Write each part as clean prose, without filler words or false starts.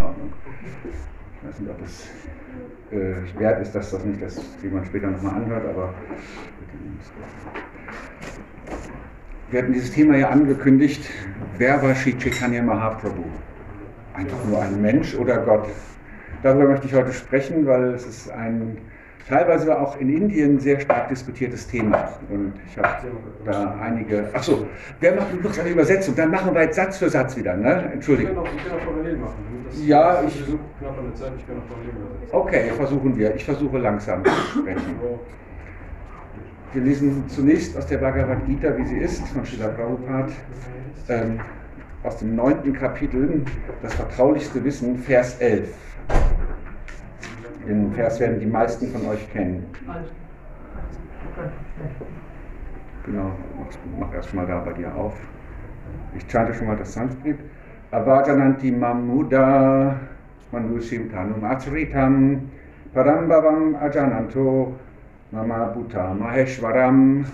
Ordnung. Ich weiß nicht, ob es wert ist, dass das nicht das jemand später nochmal anhört, aber wir hatten dieses Thema ja angekündigt. Wer war Sri Chaitanya Mahaprabhu? Einfach nur ein Mensch oder Gott? Darüber möchte ich heute sprechen, weil es ist ein teilweise auch in Indien sehr stark diskutiertes Thema. Und ich habe da einige. Achso, wer macht noch eine Übersetzung? Dann machen wir jetzt Satz für Satz wieder, ne? Entschuldigung. Ich kann auch parallel machen. Ja, ich. Knapp an der Zeit, ich kann auch parallel übersetzen. Okay, versuchen wir. Ich versuche langsam zu sprechen. Wir lesen zunächst aus der Bhagavad Gita, wie sie ist, von Srila Prabhupada, aus dem 9. Kapitel, das vertraulichste Wissen, Vers 11. Den Vers werden die meisten von euch kennen. Genau, mach erstmal da bei dir auf. Ich chante schon mal das Sanskrit. Avajananti Mamuda Manushim Tanum Achritam Parambhavam Ajananto Mama Bhuta Maheshwaram.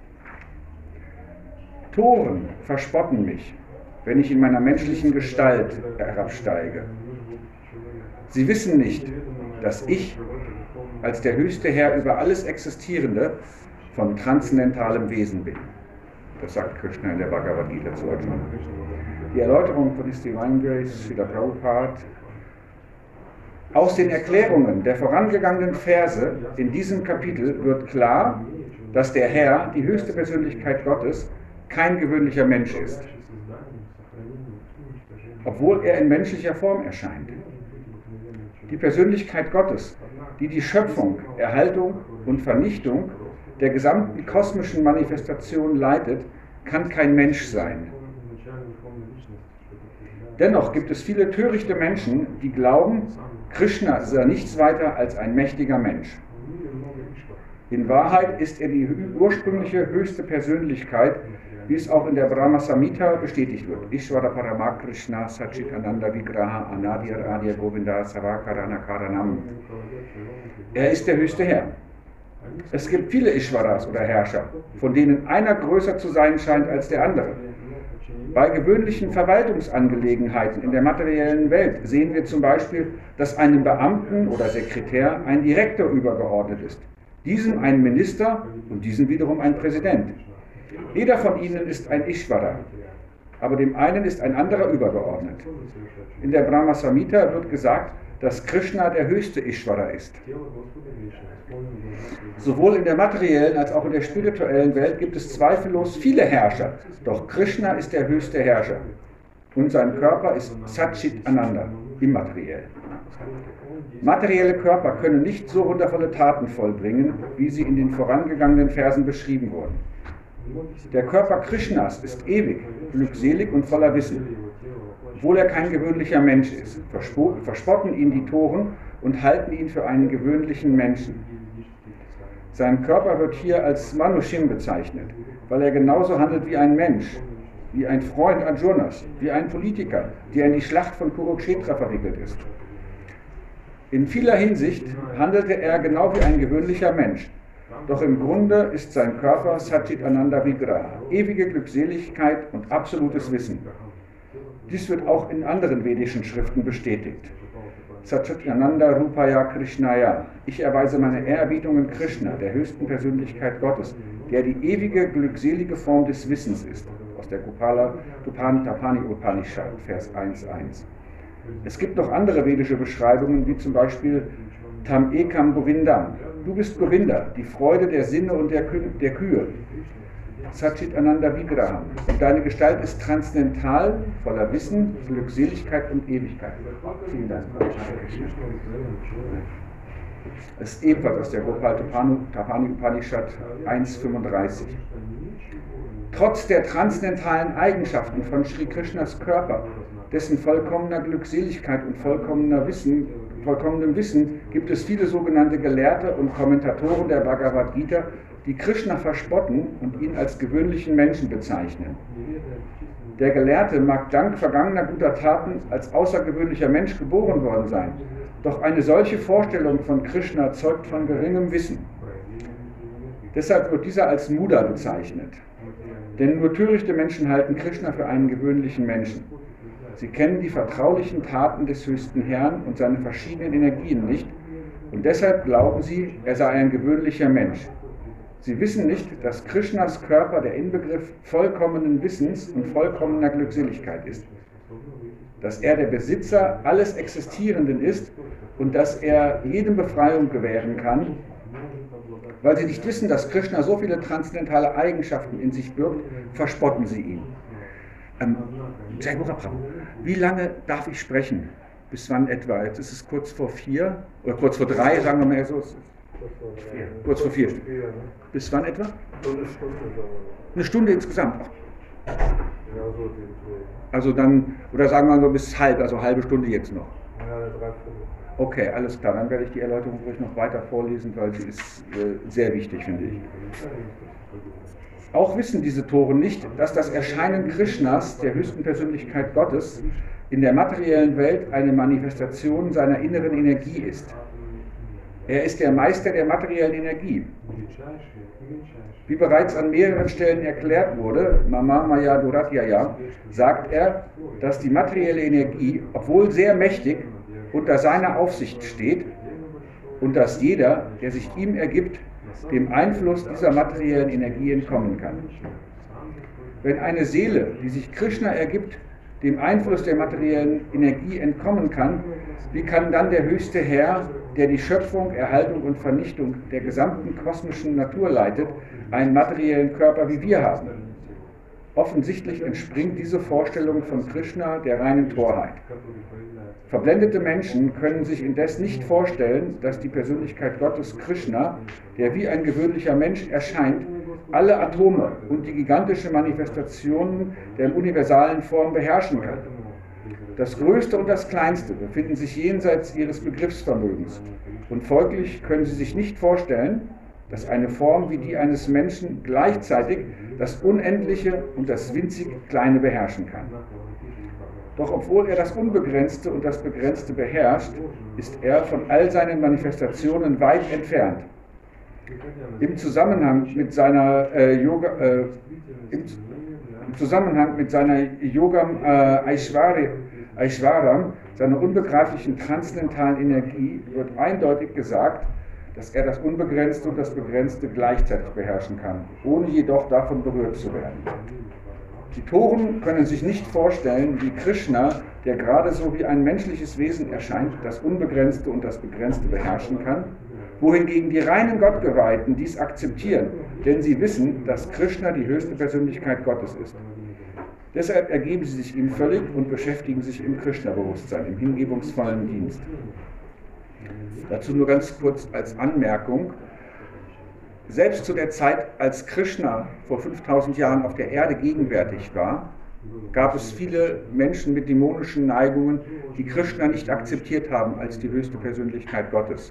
Toren verspotten mich, wenn ich in meiner menschlichen Gestalt herabsteige. Sie wissen nicht, dass ich als der höchste Herr über alles Existierende von transzendentalem Wesen bin. Das sagt Krishna in der Bhagavad Gita zu Arjuna. Die Erläuterung von His Divine Grace, Srila Prabhupada. Aus den Erklärungen der vorangegangenen Verse in diesem Kapitel wird klar, dass der Herr, die höchste Persönlichkeit Gottes, kein gewöhnlicher Mensch ist, obwohl er in menschlicher Form erscheint. Die Persönlichkeit Gottes, die die Schöpfung, Erhaltung und Vernichtung der gesamten kosmischen Manifestation leitet, kann kein Mensch sein. Dennoch gibt es viele törichte Menschen, die glauben, Krishna sei nichts weiter als ein mächtiger Mensch. In Wahrheit ist er die ursprüngliche höchste Persönlichkeit, wie es auch in der Brahma Samhita bestätigt wird. Ishvara Parama Krishna Sachit Ananda Vigraha Anadir Adya Govinda Savakarana Karanam. Er ist der höchste Herr. Es gibt viele Ishvaras oder Herrscher, von denen einer größer zu sein scheint als der andere. Bei gewöhnlichen Verwaltungsangelegenheiten in der materiellen Welt sehen wir zum Beispiel, dass einem Beamten oder Sekretär ein Direktor übergeordnet ist, diesem ein Minister und diesem wiederum ein Präsident. Jeder von ihnen ist ein Ishvara, aber dem einen ist ein anderer übergeordnet. In der Brahma Samhita wird gesagt, dass Krishna der höchste Ishvara ist. Sowohl in der materiellen als auch in der spirituellen Welt gibt es zweifellos viele Herrscher, doch Krishna ist der höchste Herrscher und sein Körper ist Satchit Ananda, immateriell. Materielle Körper können nicht so wundervolle Taten vollbringen, wie sie in den vorangegangenen Versen beschrieben wurden. Der Körper Krishnas ist ewig, glückselig und voller Wissen. Obwohl er kein gewöhnlicher Mensch ist, verspotten ihn die Toren und halten ihn für einen gewöhnlichen Menschen. Sein Körper wird hier als Manushim bezeichnet, weil er genauso handelt wie ein Mensch, wie ein Freund Arjunas, wie ein Politiker, der in die Schlacht von Kurukshetra verwickelt ist. In vieler Hinsicht handelte er genau wie ein gewöhnlicher Mensch. Doch im Grunde ist sein Körper Satchit Ananda Vigraha, ewige Glückseligkeit und absolutes Wissen. Dies wird auch in anderen vedischen Schriften bestätigt. Satchit Ananda Rupaya Krishnaya. Ich erweise meine Ehrerbietungen Krishna, der höchsten Persönlichkeit Gottes, der die ewige, glückselige Form des Wissens ist. Aus der Gopala Tapani Upanishad, Vers 1.1. Es gibt noch andere vedische Beschreibungen, wie zum Beispiel Tam Ekam Govindam. Du bist Govinda, die Freude der Sinne und der Kühe. Satchit Ananda Vigraham. Und deine Gestalt ist transzendental, voller Wissen, Glückseligkeit und Ewigkeit. Vielen Dank. Es ist ebenfalls aus der Gopal Tapani Upanishad 1.35. Trotz der transzendentalen Eigenschaften von Sri Krishnas Körper, dessen vollkommener Glückseligkeit und vollkommenem Wissen gibt es viele sogenannte Gelehrte und Kommentatoren der Bhagavad Gita, die Krishna verspotten und ihn als gewöhnlichen Menschen bezeichnen. Der Gelehrte mag dank vergangener guter Taten als außergewöhnlicher Mensch geboren worden sein, doch eine solche Vorstellung von Krishna zeugt von geringem Wissen. Deshalb wird dieser als Muda bezeichnet. Denn nur törichte Menschen halten Krishna für einen gewöhnlichen Menschen. Sie kennen die vertraulichen Taten des höchsten Herrn und seine verschiedenen Energien nicht, und deshalb glauben sie, er sei ein gewöhnlicher Mensch. Sie wissen nicht, dass Krishnas Körper der Inbegriff vollkommenen Wissens und vollkommener Glückseligkeit ist, dass er der Besitzer alles Existierenden ist und dass er jedem Befreiung gewähren kann. Weil sie nicht wissen, dass Krishna so viele transzendentale Eigenschaften in sich birgt, verspotten sie ihn. Wie lange darf ich sprechen? Bis wann etwa? Jetzt ist es kurz vor 4 oder kurz vor 3, sagen wir mal so. Kurz vor 4. Bis wann etwa? Eine Stunde insgesamt. Also dann, oder sagen wir mal bis halb, also halbe Stunde jetzt noch. Ja, eine Dreiviertel. Okay, alles klar. Dann werde ich die Erläuterung ruhig noch weiter vorlesen, weil sie ist sehr wichtig, finde ich. Auch wissen diese Toren nicht, dass das Erscheinen Krishnas, der höchsten Persönlichkeit Gottes, in der materiellen Welt eine Manifestation seiner inneren Energie ist. Er ist der Meister der materiellen Energie. Wie bereits an mehreren Stellen erklärt wurde, Mama Maya Duratyaya, sagt er, dass die materielle Energie, obwohl sehr mächtig, unter seiner Aufsicht steht und dass jeder, der sich ihm ergibt, dem Einfluss dieser materiellen Energie entkommen kann. Wenn eine Seele, die sich Krishna ergibt, dem Einfluss der materiellen Energie entkommen kann, wie kann dann der höchste Herr, der die Schöpfung, Erhaltung und Vernichtung der gesamten kosmischen Natur leitet, einen materiellen Körper wie wir haben? Offensichtlich entspringt diese Vorstellung von Krishna der reinen Torheit. Verblendete Menschen können sich indes nicht vorstellen, dass die Persönlichkeit Gottes Krishna, der wie ein gewöhnlicher Mensch erscheint, alle Atome und die gigantische Manifestationen der universalen Form beherrschen kann. Das Größte und das Kleinste befinden sich jenseits ihres Begriffsvermögens und folglich können sie sich nicht vorstellen, dass eine Form wie die eines Menschen gleichzeitig das Unendliche und das winzig Kleine beherrschen kann. Doch obwohl er das Unbegrenzte und das Begrenzte beherrscht, ist er von all seinen Manifestationen weit entfernt. Im Zusammenhang mit seiner Yogam Aishwaram, seiner unbegreiflichen transzendentalen Energie, wird eindeutig gesagt, dass er das Unbegrenzte und das Begrenzte gleichzeitig beherrschen kann, ohne jedoch davon berührt zu werden. Die Toren können sich nicht vorstellen, wie Krishna, der gerade so wie ein menschliches Wesen erscheint, das Unbegrenzte und das Begrenzte beherrschen kann, wohingegen die reinen Gottgeweihten dies akzeptieren, denn sie wissen, dass Krishna die höchste Persönlichkeit Gottes ist. Deshalb ergeben sie sich ihm völlig und beschäftigen sich im Krishna-Bewusstsein, im hingebungsvollen Dienst. Dazu nur ganz kurz als Anmerkung: Selbst zu der Zeit, als Krishna vor 5000 Jahren auf der Erde gegenwärtig war, gab es viele Menschen mit dämonischen Neigungen, die Krishna nicht akzeptiert haben als die höchste Persönlichkeit Gottes.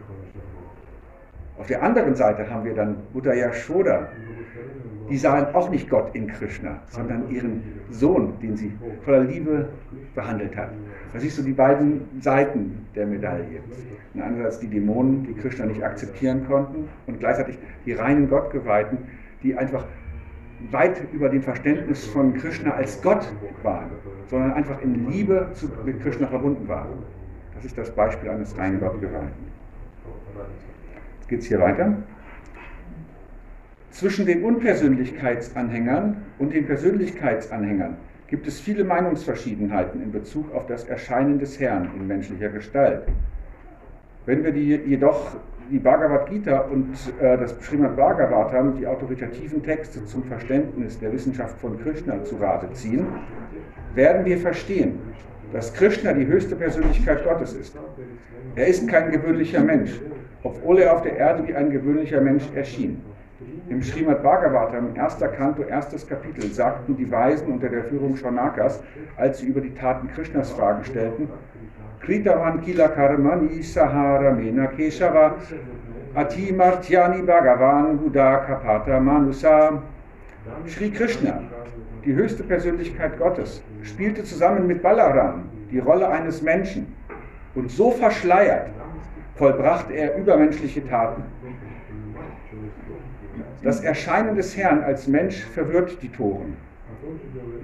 Auf der anderen Seite haben wir dann Mutter Yashoda. Die sahen auch nicht Gott in Krishna, sondern ihren Sohn, den sie voller Liebe behandelt hat. Da siehst du die beiden Seiten der Medaille. Einerseits die Dämonen, die Krishna nicht akzeptieren konnten, und gleichzeitig die reinen Gottgeweihten, die einfach weit über dem Verständnis von Krishna als Gott waren, sondern einfach in Liebe mit Krishna verbunden waren. Das ist das Beispiel eines reinen Gottgeweihten. Jetzt geht es hier weiter. Zwischen den Unpersönlichkeitsanhängern und den Persönlichkeitsanhängern gibt es viele Meinungsverschiedenheiten in Bezug auf das Erscheinen des Herrn in menschlicher Gestalt. Wenn wir jedoch die Bhagavad Gita und das Srimad Bhagavatam, die autoritativen Texte zum Verständnis der Wissenschaft von Krishna, zu Rate ziehen, werden wir verstehen, dass Krishna die höchste Persönlichkeit Gottes ist. Er ist kein gewöhnlicher Mensch, obwohl er auf der Erde wie ein gewöhnlicher Mensch erschien. Im Srimad Bhagavatam, 1. Kanto, 1. Kapitel, sagten die Weisen unter der Führung Shaunakas, als sie über die Taten Krishnas Fragen stellten: Kritavan kila karmani sahara mena keshava ati martyani bhagavan buddha kapata manusa. Shri Krishna, die höchste Persönlichkeit Gottes, spielte zusammen mit Balaram die Rolle eines Menschen, und so verschleiert vollbrachte er übermenschliche Taten. Das Erscheinen des Herrn als Mensch verwirrt die Toren.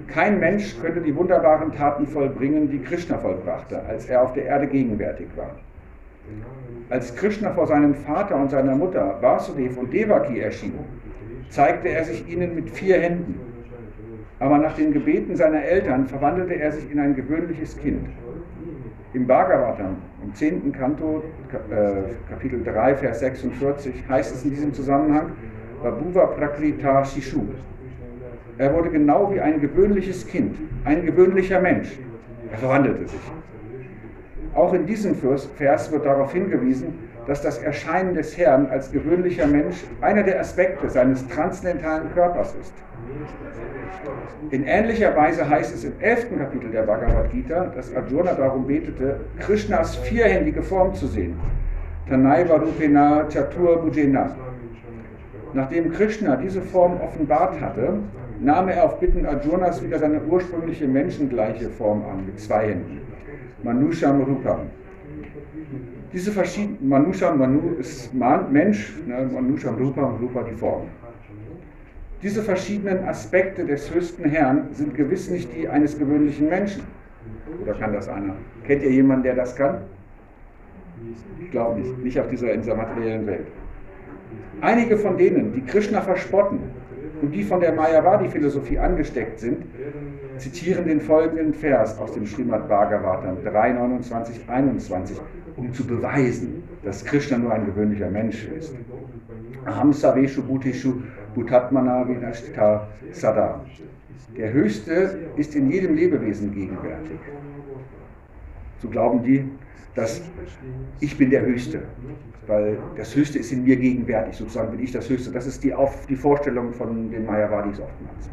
Kein Mensch könnte die wunderbaren Taten vollbringen, die Krishna vollbrachte, als er auf der Erde gegenwärtig war. Als Krishna vor seinem Vater und seiner Mutter Vasudev und Devaki erschien, zeigte er sich ihnen mit 4 Händen. Aber nach den Gebeten seiner Eltern verwandelte er sich in ein gewöhnliches Kind. Im Bhagavatam, im 10. Kanto, Kapitel 3, Vers 46, heißt es in diesem Zusammenhang, Babhuva Prakrita Shishu. Er wurde genau wie ein gewöhnliches Kind, ein gewöhnlicher Mensch. Er verwandelte sich. Auch in diesem Vers wird darauf hingewiesen, dass das Erscheinen des Herrn als gewöhnlicher Mensch einer der Aspekte seines transzendentalen Körpers ist. In ähnlicher Weise heißt es im 11. Kapitel der Bhagavad Gita, dass Arjuna darum betete, Krishnas 4-händige Form zu sehen. Tanaiva Rupena Chatur Bhujena. Nachdem Krishna diese Form offenbart hatte, nahm er auf Bitten Arjunas wieder seine ursprüngliche menschengleiche Form an, mit 2 Händen. Manusham Rupam. Diese verschiedenen, Manu ist Mensch, Manusham Rupam, Rupa die Form. Diese verschiedenen Aspekte des höchsten Herrn sind gewiss nicht die eines gewöhnlichen Menschen. Oder kann das einer? Kennt ihr jemanden, der das kann? Ich glaube nicht, nicht auf dieser materiellen Welt. Einige von denen, die Krishna verspotten und die von der Mayavadi-Philosophie angesteckt sind, zitieren den folgenden Vers aus dem Srimad Bhagavatam 3,29-21, um zu beweisen, dass Krishna nur ein gewöhnlicher Mensch ist. Aham Saveshu Bhutishu Bhutatmana Vinashtita Sada. Der Höchste ist in jedem Lebewesen gegenwärtig. So glauben die, dass ich bin der Höchste, weil das Höchste ist in mir gegenwärtig, sozusagen bin ich das Höchste. Das ist die Vorstellung von den Mayavadis oftmals.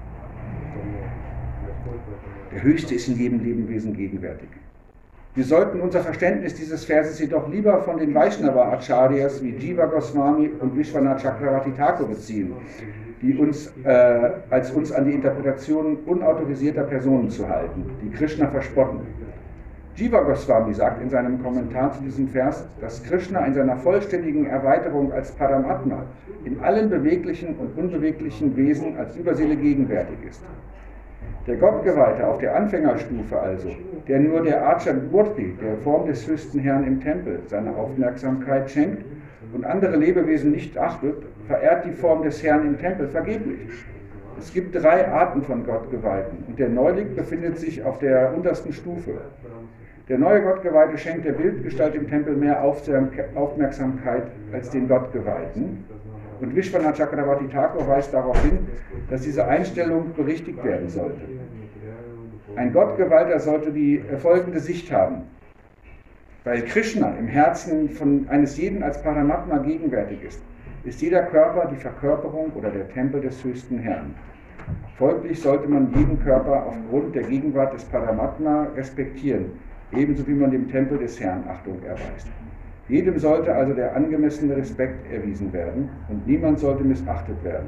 Der Höchste ist in jedem Lebewesen gegenwärtig. Wir sollten unser Verständnis dieses Verses jedoch lieber von den Vaishnava-Acharyas wie Jiva Goswami und Vishwanath Chakravarti Thakur beziehen, die uns an die Interpretation unautorisierter Personen zu halten, die Krishna verspotten. Jiva Goswami sagt in seinem Kommentar zu diesem Vers, dass Krishna in seiner vollständigen Erweiterung als Paramatma in allen beweglichen und unbeweglichen Wesen als Überseele gegenwärtig ist. Der Gottgeweihte auf der Anfängerstufe also, der nur der Achan Murti, der Form des höchsten Herrn im Tempel, seine Aufmerksamkeit schenkt und andere Lebewesen nicht achtet, verehrt die Form des Herrn im Tempel vergeblich. Es gibt 3 Arten von Gottgeweihten und der Neuling befindet sich auf der untersten Stufe. Der neue Gottgeweihte schenkt der Bildgestalt im Tempel mehr Aufmerksamkeit als den Gottgeweihten. Und Vishwanath Chakravarti Thakur weist darauf hin, dass diese Einstellung berichtigt werden sollte. Ein Gottgeweihter sollte die folgende Sicht haben. Weil Krishna im Herzen eines jeden als Paramatma gegenwärtig ist jeder Körper die Verkörperung oder der Tempel des höchsten Herrn. Folglich sollte man jeden Körper aufgrund der Gegenwart des Paramatma respektieren, ebenso wie man dem Tempel des Herrn Achtung erweist. Jedem sollte also der angemessene Respekt erwiesen werden und niemand sollte missachtet werden.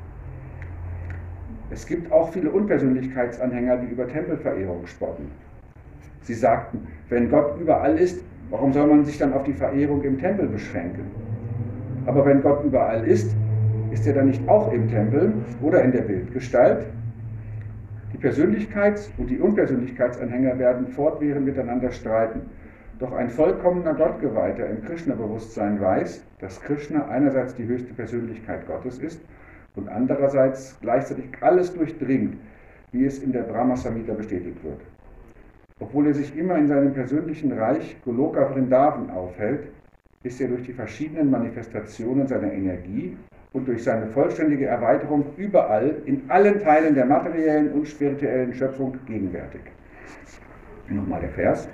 Es gibt auch viele Unpersönlichkeitsanhänger, die über Tempelverehrung spotten. Sie sagten, wenn Gott überall ist, warum soll man sich dann auf die Verehrung im Tempel beschränken? Aber wenn Gott überall ist er dann nicht auch im Tempel oder in der Bildgestalt? Die Persönlichkeits- und die Unpersönlichkeitsanhänger werden fortwährend miteinander streiten. Doch ein vollkommener Gottgeweihter im Krishna-Bewusstsein weiß, dass Krishna einerseits die höchste Persönlichkeit Gottes ist und andererseits gleichzeitig alles durchdringt, wie es in der Brahma-Samhita bestätigt wird. Obwohl er sich immer in seinem persönlichen Reich Goloka Vrindavan aufhält, ist er durch die verschiedenen Manifestationen seiner Energie und durch seine vollständige Erweiterung überall, in allen Teilen der materiellen und spirituellen Schöpfung gegenwärtig. Nochmal der Vers.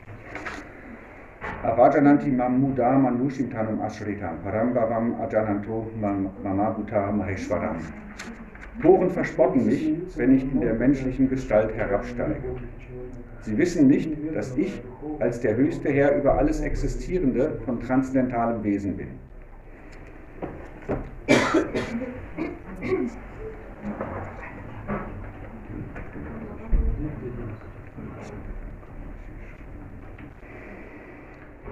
Avajananti mam muda manushim tanum ashritam parambhavam ajananto mamabhuta maheshwaram. Toren verspotten mich, wenn ich in der menschlichen Gestalt herabsteige. Sie wissen nicht, dass ich als der höchste Herr über alles Existierende von transzendentalem Wesen bin.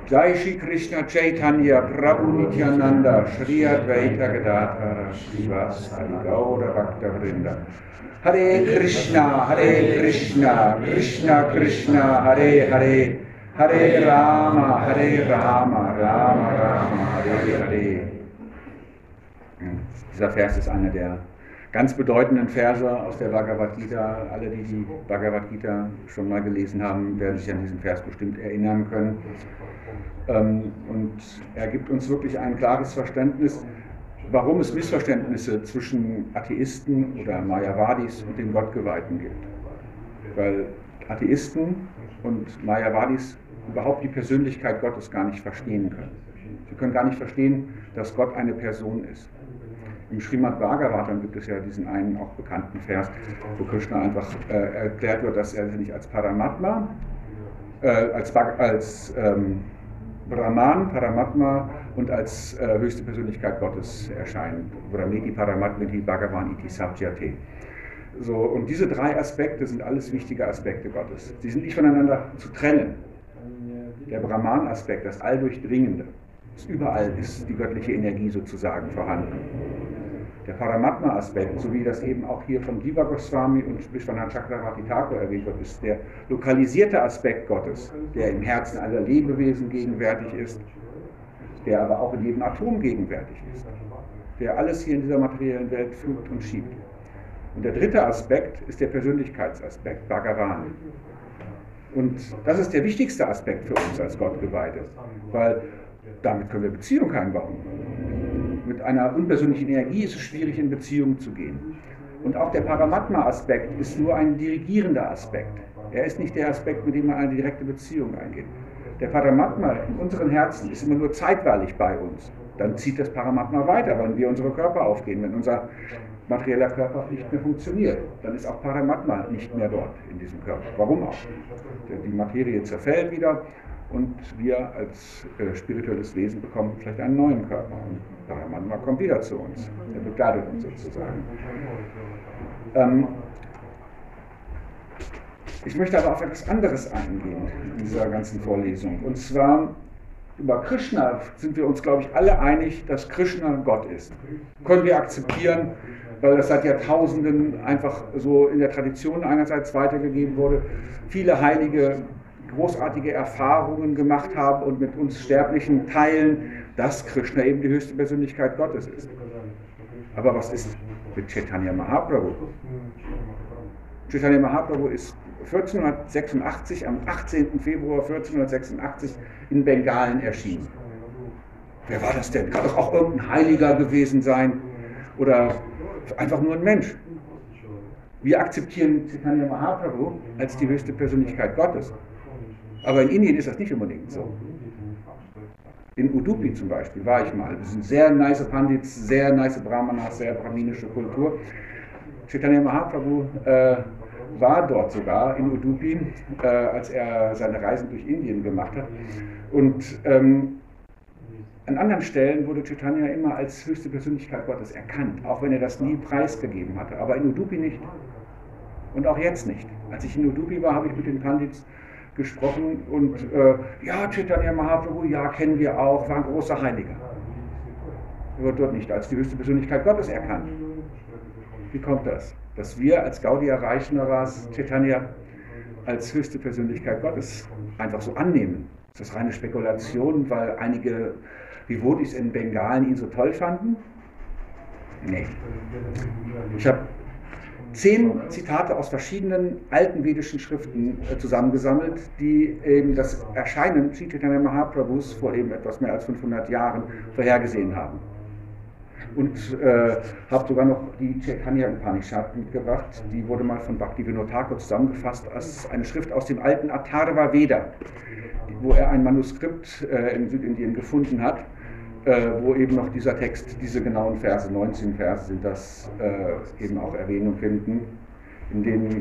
Jai Shri Krishna Chaitanya Prabhu Nityananda Shri Advaita Gadadhara Srivasadi Gaura Bhakta Vrinda. Hare Krishna Krishna Krishna Hare Hare, Hare Rama Rama Rama Hare Hare. Dieser Vers ist einer der ganz bedeutenden Verse aus der Bhagavad Gita. Alle, die die Bhagavad Gita schon mal gelesen haben, werden sich an diesen Vers bestimmt erinnern können. Und er gibt uns wirklich ein klares Verständnis, warum es Missverständnisse zwischen Atheisten oder Mayavadis und den Gottgeweihten gibt. Weil Atheisten und Mayavadis überhaupt die Persönlichkeit Gottes gar nicht verstehen können. Sie können gar nicht verstehen, dass Gott eine Person ist. Im Srimad Bhagavatam gibt es ja diesen einen auch bekannten Vers, wo Krishna einfach erklärt wird, dass er nicht als Paramatma, als Brahman, Paramatma und als höchste Persönlichkeit Gottes erscheint. Brahmeti Paramatmeti Bhagavan iti Sabjate. So, und diese drei Aspekte sind alles wichtige Aspekte Gottes. Sie sind nicht voneinander zu trennen. Der Brahman-Aspekt, das Alldurchdringende, überall ist die göttliche Energie sozusagen vorhanden. Der Paramatma-Aspekt, so wie das eben auch hier von Jiva Goswami und Vishwanath Chakravarti Thakur erwähnt wird, ist der lokalisierte Aspekt Gottes, der im Herzen aller Lebewesen gegenwärtig ist, der aber auch in jedem Atom gegenwärtig ist, der alles hier in dieser materiellen Welt fügt und schiebt. Und der dritte Aspekt ist der Persönlichkeitsaspekt, Bhagavan. Und das ist der wichtigste Aspekt für uns als Gottgeweihte, weil damit können wir Beziehung einbauen. Mit einer unpersönlichen Energie ist es schwierig, in Beziehung zu gehen. Und auch der Paramatma-Aspekt ist nur ein dirigierender Aspekt. Er ist nicht der Aspekt, mit dem man eine direkte Beziehung eingeht. Der Paramatma in unseren Herzen ist immer nur zeitweilig bei uns. Dann zieht das Paramatma weiter, wenn wir unsere Körper aufgehen, wenn unser materieller Körper nicht mehr funktioniert. Dann ist auch Paramatma nicht mehr dort in diesem Körper. Warum auch? Die Materie zerfällt wieder. Und wir als spirituelles Wesen bekommen vielleicht einen neuen Körper. Und Paramatma kommt wieder zu uns. Er begleitet uns sozusagen. Ich möchte aber auf etwas anderes eingehen in dieser ganzen Vorlesung. Und zwar über Krishna sind wir uns, glaube ich, alle einig, dass Krishna Gott ist. Können wir akzeptieren, weil das seit Jahrtausenden einfach so in der Tradition einerseits weitergegeben wurde. Viele Heilige großartige Erfahrungen gemacht haben und mit uns Sterblichen teilen, dass Krishna eben die höchste Persönlichkeit Gottes ist. Aber was ist mit Chaitanya Mahaprabhu? Chaitanya Mahaprabhu ist 1486, am 18. Februar 1486 in Bengalen erschienen. Wer war das denn? Kann doch auch irgendein Heiliger gewesen sein oder einfach nur ein Mensch. Wir akzeptieren Chaitanya Mahaprabhu als die höchste Persönlichkeit Gottes. Aber in Indien ist das nicht unbedingt so. In Udupi zum Beispiel war ich mal. Das sind sehr nice Pandits, sehr nice Brahmanas, sehr brahminische Kultur. Chaitanya Mahaprabhu war dort sogar in Udupi, als er seine Reisen durch Indien gemacht hat. Und an anderen Stellen wurde Chaitanya immer als höchste Persönlichkeit Gottes erkannt, auch wenn er das nie preisgegeben hatte. Aber in Udupi nicht. Und auch jetzt nicht. Als ich in Udupi war, habe ich mit den Pandits gesprochen und ja, Chaitanya Mahaprabhu, ja, kennen wir auch, war ein großer Heiliger. Er wird dort nicht als die höchste Persönlichkeit Gottes erkannt. Wie kommt das? Dass wir als Gaudiya Vaishnavas Chaitanya als höchste Persönlichkeit Gottes einfach so annehmen. Ist das reine Spekulation, weil einige Devotis in Bengalen ihn so toll fanden? Nee. Ich habe 10 Zitate aus verschiedenen alten vedischen Schriften zusammengesammelt, die eben das Erscheinen Sri Chaitanya Mahaprabhus vor eben etwas mehr als 500 Jahren vorhergesehen haben. Und habe sogar noch die Chaitanya Upanishad mitgebracht. Die wurde mal von Bhaktivinoda Thakur zusammengefasst als eine Schrift aus dem alten Atharva Veda, wo er ein Manuskript in Südindien gefunden hat, wo eben noch dieser Text, diese genauen Verse, 19 Verse sind das, eben auch Erwähnung finden, in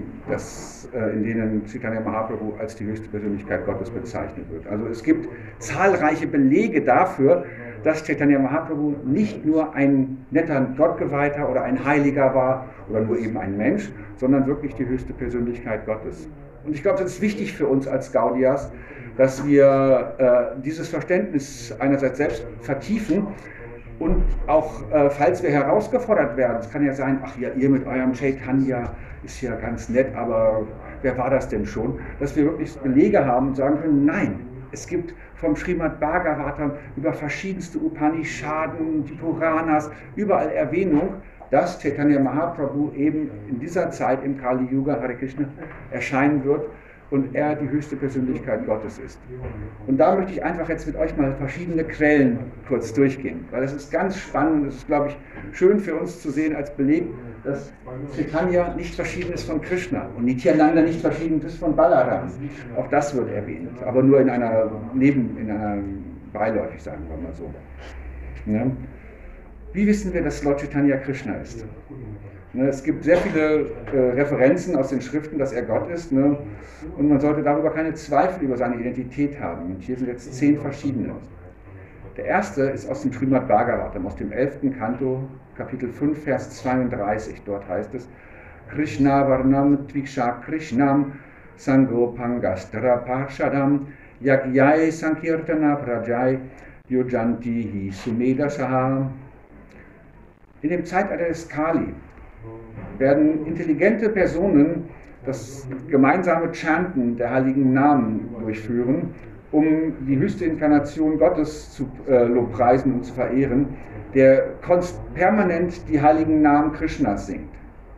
denen Chaitanya Mahaprabhu als die höchste Persönlichkeit Gottes bezeichnet wird. Also es gibt zahlreiche Belege dafür, dass Chaitanya Mahaprabhu nicht nur ein netter Gottgeweihter oder ein Heiliger war oder nur eben ein Mensch, sondern wirklich die höchste Persönlichkeit Gottes Und ich glaube, das ist wichtig für uns als Gaudias, dass wir dieses Verständnis einerseits selbst vertiefen und auch, falls wir herausgefordert werden, es kann ja sein, ach ja, ihr mit eurem Chaitanya ist ja ganz nett, aber wer war das denn schon? Dass wir wirklich Belege haben und sagen können, nein, es gibt vom Srimad Bhagavatam über verschiedenste Upanishaden, die Puranas, überall Erwähnung, dass Chaitanya Mahaprabhu eben in dieser Zeit im Kali Yuga, Hare Krishna, erscheinen wird und er die höchste Persönlichkeit Gottes ist. Und da möchte ich einfach jetzt mit euch mal verschiedene Quellen kurz durchgehen, weil es ist ganz spannend und es ist, glaube ich, schön für uns zu sehen als Beleg, dass Chaitanya nicht verschieden ist von Krishna und Nityananda nicht verschieden ist von Balaram. Auch das wird erwähnt, aber nur in einer beiläufig, sagen wir mal so. Ne? Wie wissen wir, dass Lord Chaitanya Krishna ist? Ne, es gibt sehr viele Referenzen aus den Schriften, dass er Gott ist, ne? Und man sollte darüber keine Zweifel über seine Identität haben. Und hier sind jetzt 10 verschiedene. Der erste ist aus dem Srimad Bhagavatam, aus dem 11. Kanto, Kapitel 5, Vers 32. Dort heißt es: Krishna Varnam Tviksha Krishnam Sangopangastara Parshadam Yagyai Sankirtana Prajai Yojantihi Sumedasaha. In dem Zeitalter des Kali werden intelligente Personen das gemeinsame Chanten der heiligen Namen durchführen, um die höchste Inkarnation Gottes zu lobpreisen und zu verehren, der permanent die heiligen Namen Krishnas singt.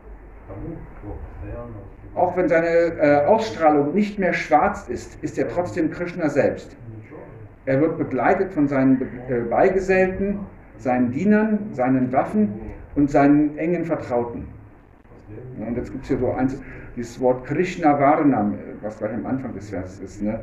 Auch wenn seine Ausstrahlung nicht mehr schwarz ist, ist er trotzdem Krishna selbst. Er wird begleitet von seinen Beigesellten, seinen Dienern, seinen Waffen und seinen engen Vertrauten. Und jetzt gibt es hier so dieses Wort Krishna Varnam, was gleich am Anfang des Verses ist, ne?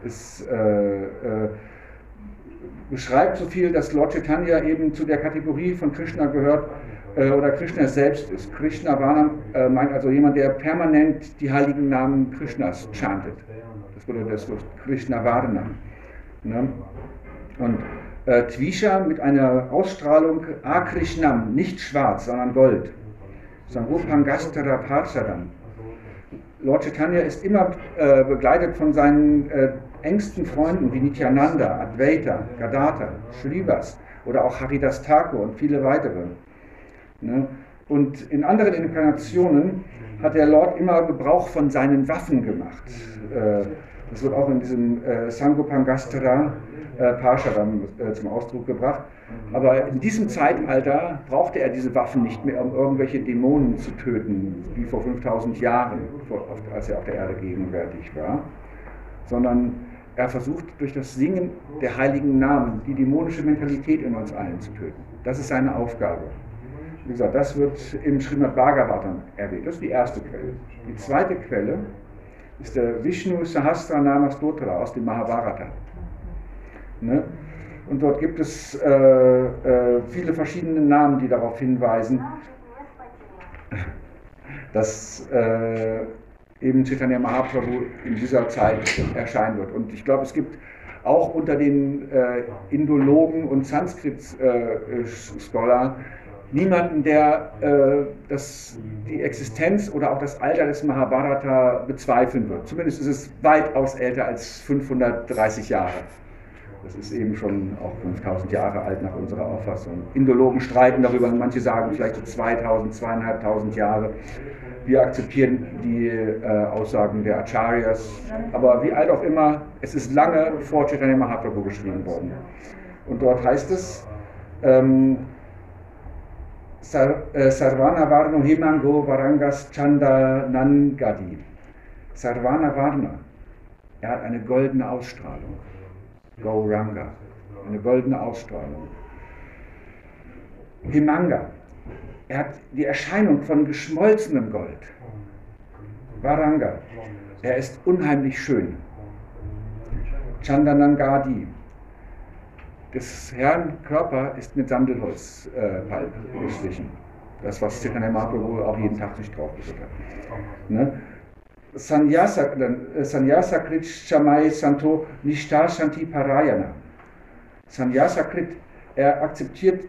Beschreibt so viel, dass Lord Chaitanya eben zu der Kategorie von Krishna gehört oder Krishna selbst ist. Krishna Varnam meint also jemand, der permanent die heiligen Namen Krishnas chantet. Das bedeutet das Wort Krishna Varnam. Ne? Und Tvisha mit einer Ausstrahlung Akrishnam, nicht schwarz, sondern Gold. Sangopangastara Parshadam. Lord Chaitanya ist immer begleitet von seinen engsten Freunden wie Nityananda, Advaita, Gadadhar, Shrivas oder auch Haridas Thakur und viele weitere. Ne? Und in anderen Inkarnationen hat der Lord immer Gebrauch von seinen Waffen gemacht. Das wird auch in diesem Sangopangastara Parshadam zum Ausdruck gebracht. Aber in diesem Zeitalter brauchte er diese Waffen nicht mehr, um irgendwelche Dämonen zu töten, wie vor 5000 Jahren, als er auf der Erde gegenwärtig war, sondern er versucht durch das Singen der heiligen Namen die dämonische Mentalität in uns allen zu töten. Das ist seine Aufgabe. Wie gesagt, das wird im Srimad Bhagavatam erwähnt. Das ist die erste Quelle. Die zweite Quelle ist der Vishnu Sahasranama Stotra aus dem Mahabharata. Ne? Und dort gibt es viele verschiedene Namen, die darauf hinweisen, dass eben Chaitanya Mahaprabhu in dieser Zeit erscheinen wird. Und ich glaube, es gibt auch unter den Indologen und Sanskrit-Scholar niemanden, der die Existenz oder auch das Alter des Mahabharata bezweifeln wird. Zumindest ist es weitaus älter als 530 Jahre. Das ist eben schon auch 5000 Jahre alt nach unserer Auffassung. Indologen streiten darüber, manche sagen vielleicht so 2000, 2500 Jahre. Wir akzeptieren die Aussagen der Acharyas, aber wie alt auch immer, es ist lange vor Chaitanya Mahaprabhu geschrieben worden. Und dort heißt es, Sarvana Varno Himango Varangas Chanda Nangadi. Sarvana Varna, er hat eine goldene Ausstrahlung. Gauranga, eine goldene Ausstrahlung. Himanga, er hat die Erscheinung von geschmolzenem Gold. Varanga, er ist unheimlich schön. Chandanangadi, des Herrn Körper ist mit Sandelholz bestrichen. Das, was Chaitanya Mahaprabhu auch jeden Tag sich drauf gedrückt hat. Ne? Sannyasakrit Shamai Santo Nishta Shanti Parayana. Sannyasakrit, er akzeptiert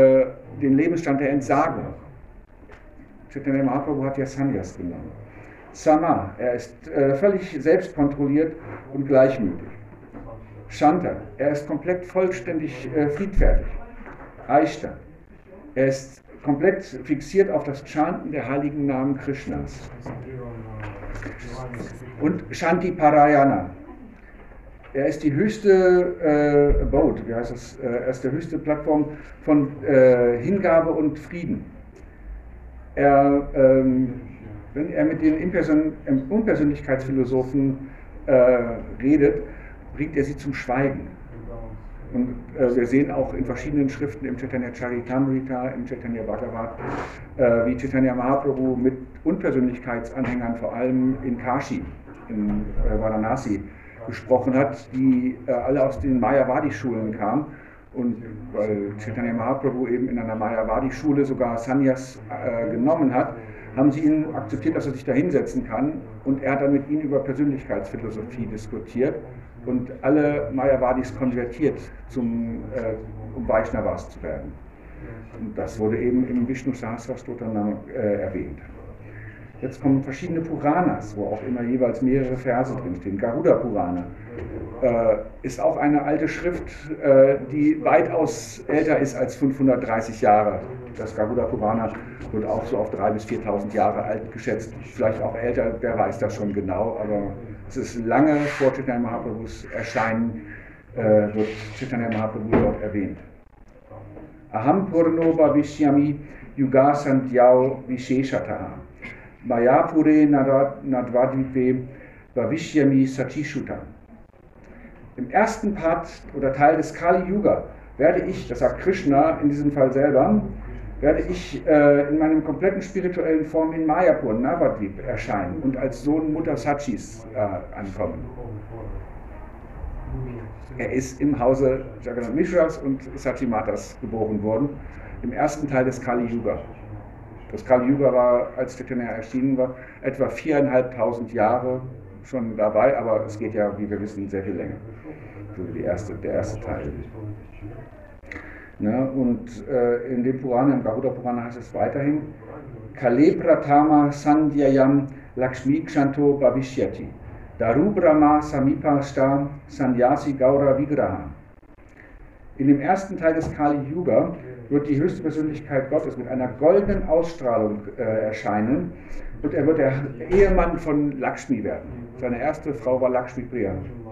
den Lebensstand der Entsagung. Chaitanya Mahaprabhu hat ja Sannyas genommen. Sama, er ist völlig selbstkontrolliert und gleichmütig. Shanta, er ist komplett vollständig friedfertig. Aishta, er ist komplett fixiert auf das Chanten der heiligen Namen Krishnas. Und Shanti Parayana, er ist die höchste Abode, wie heißt das? Er ist die höchste Plattform von Hingabe und Frieden. Wenn er mit den Unpersönlichkeitsphilosophen redet, bringt er sie zum Schweigen. Und wir sehen auch in verschiedenen Schriften im Chaitanya Charitamrita, im Chaitanya Bhagavat, wie Chaitanya Mahaprabhu mit Unpersönlichkeitsanhängern, vor allem in Kashi, in Varanasi, gesprochen hat, die alle aus den Mayavadi-Schulen kamen. Und weil Chaitanya Mahaprabhu eben in einer Mayavadi-Schule sogar Sannyas genommen hat, haben sie ihn akzeptiert, dass er sich da hinsetzen kann. Und er hat dann mit ihnen über Persönlichkeitsphilosophie diskutiert und alle Mayavadis konvertiert, um Vaishnavas zu werden. Und das wurde eben im Vishnu Sahasrastotram erwähnt. Jetzt kommen verschiedene Puranas, wo auch immer jeweils mehrere Verse drinstehen. Garuda Purana ist auch eine alte Schrift, die weitaus älter ist als 530 Jahre. Das Garuda Purana wird auch so auf 3.000 bis 4.000 Jahre alt geschätzt. Vielleicht auch älter, wer weiß das schon genau, aber es ist lange vor Chaitanya Mahaprabhus Erscheinen, wird Chaitanya Mahaprabhu dort erwähnt. Aham Purno Bhavishyami Yuga Santyao Visheshataha Mayapure Nadvadvipe Bhavishyami Satishuta. Im ersten Part oder Teil des Kali Yuga werde ich, das sagt Krishna in diesem Fall selber, werde ich in meinem kompletten spirituellen Form in Mayapur, Navadvip, erscheinen und als Sohn Mutter Sachis ankommen. Er ist im Hause Jagannath Mishras und Sachi Matas geboren worden, im ersten Teil des Kali Yuga. Das Kali Yuga war, als Chaitanya erschienen war, etwa 4.500 Jahre schon dabei, aber es geht ja, wie wir wissen, sehr viel länger. Also der erste Teil. Ne, und in dem Purana, im Garuda Purana heißt es weiterhin, Kale Pratama Sandhyayam Lakshmi Kshanto Bhavishyati Darubrahma Samipashta Sannyasi Gaura Vigraha. In dem ersten Teil des Kali Yuga wird die höchste Persönlichkeit Gottes mit einer goldenen Ausstrahlung erscheinen und er wird der Ehemann von Lakshmi werden. Seine erste Frau war Lakshmi Priya.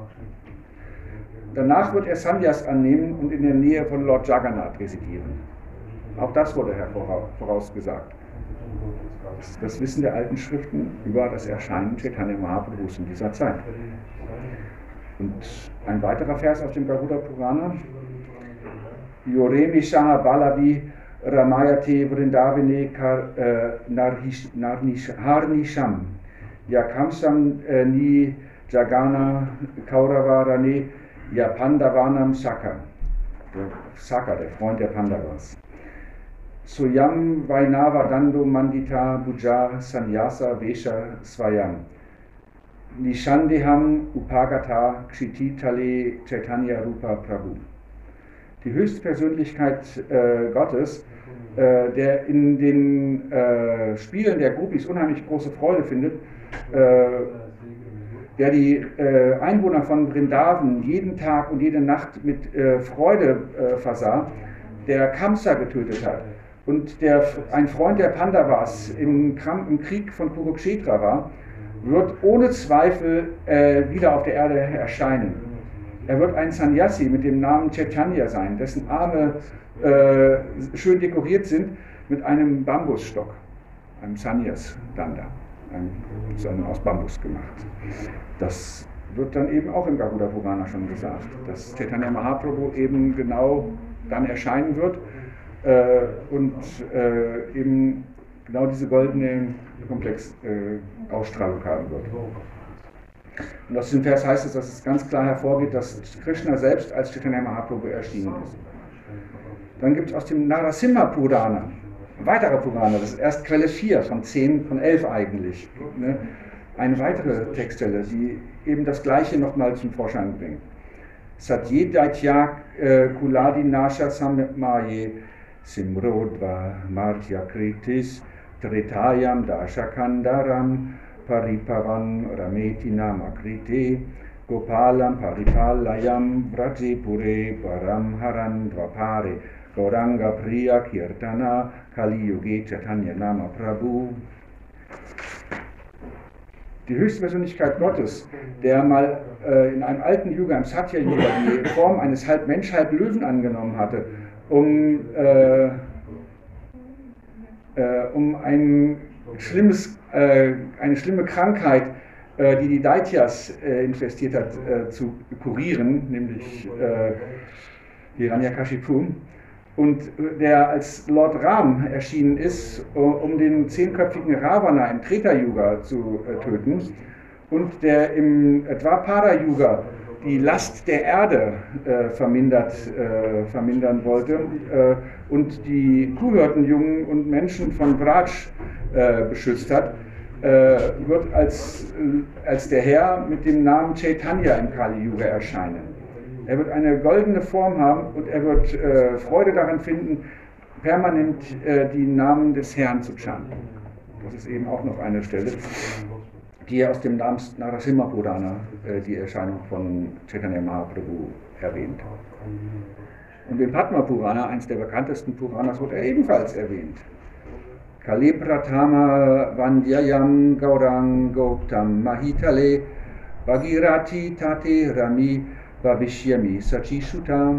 Danach wird er Sannyas annehmen und in der Nähe von Lord Jagannath residieren. Auch das wurde vorausgesagt. Das Wissen der alten Schriften über das Erscheinen Chaitanya Mahaprabhus in dieser Zeit. Und ein weiterer Vers aus dem Garuda Purana. Yoremi Shaha Balavi Ramayate Vrindavine Harnisham Yakamsam Ni Jagana Kauravarane Yapandavanam Saka. Saka, der Freund der Pandavas. Soyam Vainava Dando Mandita Buja Sannyasa Vesha Swayam Nishandeham Upagata Kshititale Chaitanya Rupa Prabhu. Die Höchstpersönlichkeit Gottes, der in den Spielen der Gopis unheimlich große Freude findet, der die Einwohner von Vrindavan jeden Tag und jede Nacht mit Freude versah, der Kamsa getötet hat und der ein Freund der Pandavas im Krieg von Kurukshetra war, wird ohne Zweifel wieder auf der Erde erscheinen. Er wird ein Sannyasi mit dem Namen Chaitanya sein, dessen Arme schön dekoriert sind mit einem Bambusstock, einem Sannyas-Danda, aus Bambus gemacht. Das wird dann eben auch im Garuda Purana schon gesagt, dass Chaitanya Mahaprabhu eben genau dann erscheinen wird und eben genau diese goldene Ausstrahlung haben wird. Und aus diesem Vers heißt es, dass es ganz klar hervorgeht, dass Krishna selbst als Chaitanya Mahaprabhu erschienen ist. Dann gibt es aus dem Narasimha Purana, ein weiterer Purana, das ist erst Quelle 4 von 10, von 11 eigentlich, ne? Eine weitere Textstelle, die eben das Gleiche nochmal zum Vorschein bringt. Satye Daitya Kuladi Nasha Sammaye Simrodva Martya Kritis Tretayam Dashakandaram Paripavan Rameti Namakrite Gopalam Paripalayam Vrajepure Paramharan Dvapare Gauranga Priya Kirtana Kali Yuge Chaitanya Nama Prabhu. Die Höchstpersönlichkeit Gottes, der mal in einem alten Yuga, im Satya-Yuga, die Form eines halb Mensch, halb Löwen angenommen hatte, um eine schlimme Krankheit, die die Daityas infestiert hat, zu kurieren, nämlich Hiranyakashipu, und der als Lord Ram erschienen ist, um den 10-köpfigen Ravana im Treta-Yuga zu töten, und der im Dwapara-Yuga die Last der Erde vermindern wollte und die Kuhhirtenjungen und Menschen von Vraj beschützt hat, wird als der Herr mit dem Namen Chaitanya im Kali-Yuga erscheinen. Er wird eine goldene Form haben und er wird Freude daran finden, permanent die Namen des Herrn zu chanten. Das ist eben auch noch eine Stelle, die er aus dem Narasimha Purana, die Erscheinung von Chaitanya Mahaprabhu, erwähnt. Und im Padma Purana, eines der bekanntesten Puranas, wird er ebenfalls erwähnt. Kale Pratama Vandyayam Gaurang Goptam Mahitale Bhagirati Tate Rami Bhavishyami Sachi Sutta.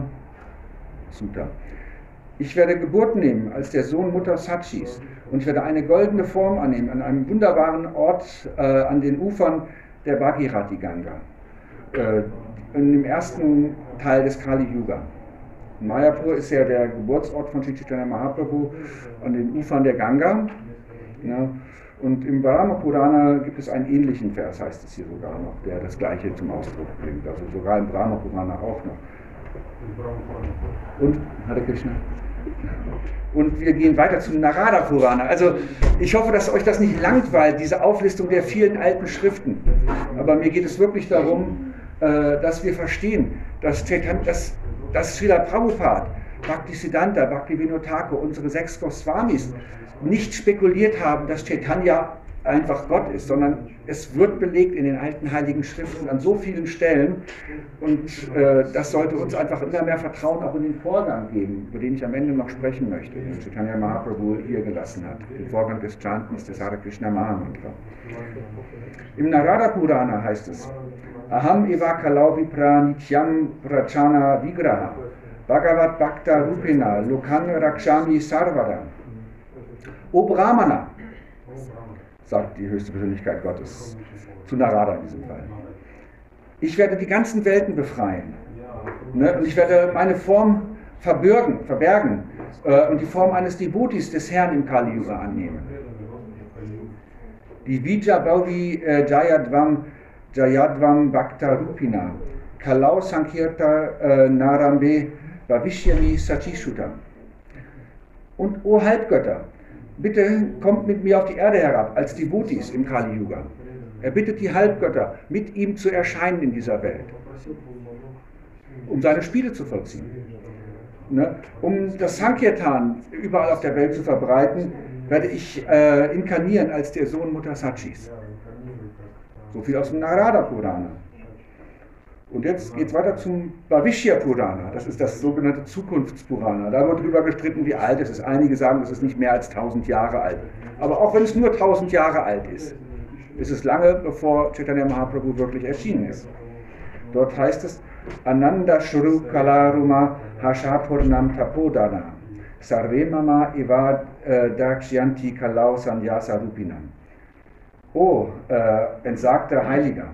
Ich werde Geburt nehmen als der Sohn Mutter Sachis und ich werde eine goldene Form annehmen an einem wunderbaren Ort an den Ufern der Bhagirati Ganga, in dem ersten Teil des Kali Yuga. Mayapur ist ja der Geburtsort von Sri Chaitanya Mahaprabhu an den Ufern der Ganga. Ja, und im Brahma Purana gibt es einen ähnlichen Vers, heißt es hier sogar noch, der das Gleiche zum Ausdruck bringt. Also sogar im Brahma Purana auch noch. Und Hare Krishna. Und wir gehen weiter zum Narada Purana. Also ich hoffe, dass euch das nicht langweilt, diese Auflistung der vielen alten Schriften. Aber mir geht es wirklich darum, dass wir verstehen, dass Srila Prabhupada, Bhaktisiddhanta, Bhaktivinoda Thakur, unsere 6 Goswamis nicht spekuliert haben, dass Chaitanya einfach Gott ist, sondern es wird belegt in den alten heiligen Schriften an so vielen Stellen und das sollte uns einfach immer mehr Vertrauen auch in den Vorgang geben, über den ich am Ende noch sprechen möchte, den Chaitanya Mahaprabhu hier gelassen hat, den Vorgang des Chantens des Hare Krishna Mahamantra. Im Narada Purana heißt es: Aham eva kalau vipra nityam prachana vigraha Bhagavat Bhakta Rupena Lokan Rakshami Sarvada. O Brahmana, sagt die höchste Persönlichkeit Gottes zu Narada in diesem Fall, ich werde die ganzen Welten befreien, ne? Und ich werde meine Form verbergen und die Form eines Devotis des Herrn im Kali Yuga annehmen. Die Vija Bhavi Jayadvam Bhakta Rupina Kalau Sankirta Narambe Bhavishyami Sachishutam. Und o Halbgötter, bitte kommt mit mir auf die Erde herab als Devotis im Kali Yuga. Er bittet die Halbgötter, mit ihm zu erscheinen in dieser Welt, um seine Spiele zu vollziehen. Ne? Um das Sankirtan überall auf der Welt zu verbreiten, werde ich inkarnieren als der Sohn Mutter Sachis. So viel aus dem Narada Purana. Und jetzt geht es weiter zum Bhavishya Purana, das ist das sogenannte Zukunftspurana. Da wird darüber gestritten, wie alt es ist. Einige sagen, es ist nicht mehr als 1000 Jahre alt. Aber auch wenn es nur 1000 Jahre alt ist es lange bevor Chaitanya Mahaprabhu wirklich erschienen ist. Dort heißt es: Ananda Shuru Kalaruma Hashapurnam Tapodana Sarve Mama Eva Daksyanti Kalau Sanyasa Rupinam. O entsagter Heiliger,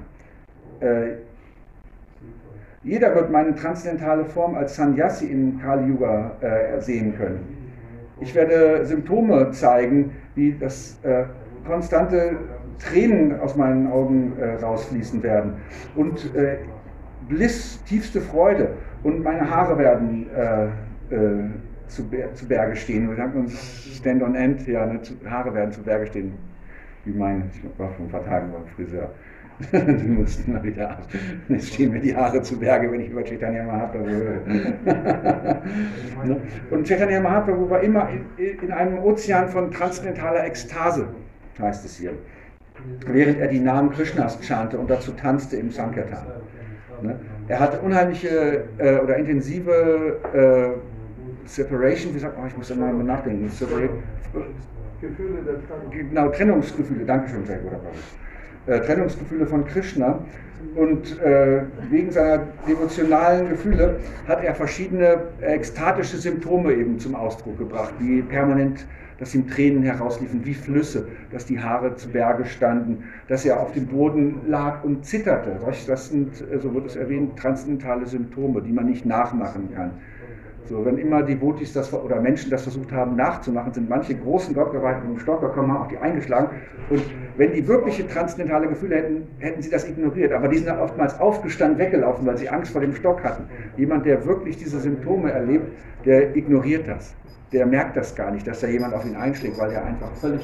jeder wird meine transzendentale Form als Sannyasi im Kali Yuga sehen können. Ich werde Symptome zeigen, wie das konstante Tränen aus meinen Augen rausfließen werden und Bliss, tiefste Freude, und meine Haare werden zu Berge stehen. Wir sagen uns Stand on End, ja, ne, Haare werden zu Berge stehen, wie ich war vor ein paar Tagen beim Friseur. Die mussten mal wieder ab. Jetzt stehen mir die Haare zu Berge, wenn ich über Chaitanya Mahaprabhu höre. Und Chaitanya Mahaprabhu war immer in einem Ozean von transzendentaler Ekstase, heißt es hier. während er die Namen Krishnas chante und dazu tanzte im Sankirtan. Ne? Er hatte unheimliche oder intensive Separation, wie sagt man, ich muss immer nachdenken, Gefühle der Trennung. Genau, Trennungsgefühle, Dankeschön, sehr gut, Trennungsgefühle von Krishna, und wegen seiner devotionalen Gefühle hat er verschiedene ekstatische Symptome eben zum Ausdruck gebracht, wie permanent, dass ihm Tränen herausliefen, wie Flüsse, dass die Haare zu Berge standen, dass er auf dem Boden lag und zitterte. Das sind, so wird es erwähnt, transzendentale Symptome, die man nicht nachmachen kann. So, wenn immer Devotis oder Menschen das versucht haben nachzumachen, sind manche großen Gottgeweihten mit dem Stock gekommen, haben auch die eingeschlagen. Und wenn die wirkliche transzendentale Gefühle hätten, hätten sie das ignoriert. Aber die sind dann oftmals aufgestanden, weggelaufen, weil sie Angst vor dem Stock hatten. Jemand, der wirklich diese Symptome erlebt, der ignoriert das. Der merkt das gar nicht, dass da jemand auf ihn einschlägt, weil er einfach völlig...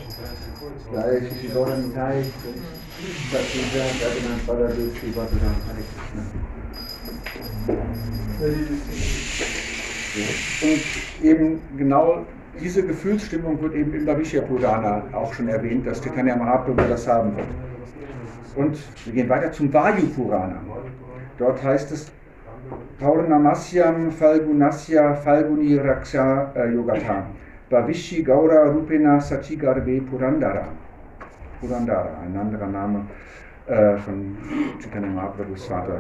Und eben genau diese Gefühlsstimmung wird eben im Bhavishya Purana auch schon erwähnt, dass Chaitanya Mahaprabhu das haben wird. Und wir gehen weiter zum Vayu Purana. Dort heißt es Paurnamasyam Falgunasya Falguni Raksha Yogata Bhavishi Gaura Rupena Sachigarve Purandara. Purandara, ein anderer Name von Chaitanya Mahaprabhus Vater.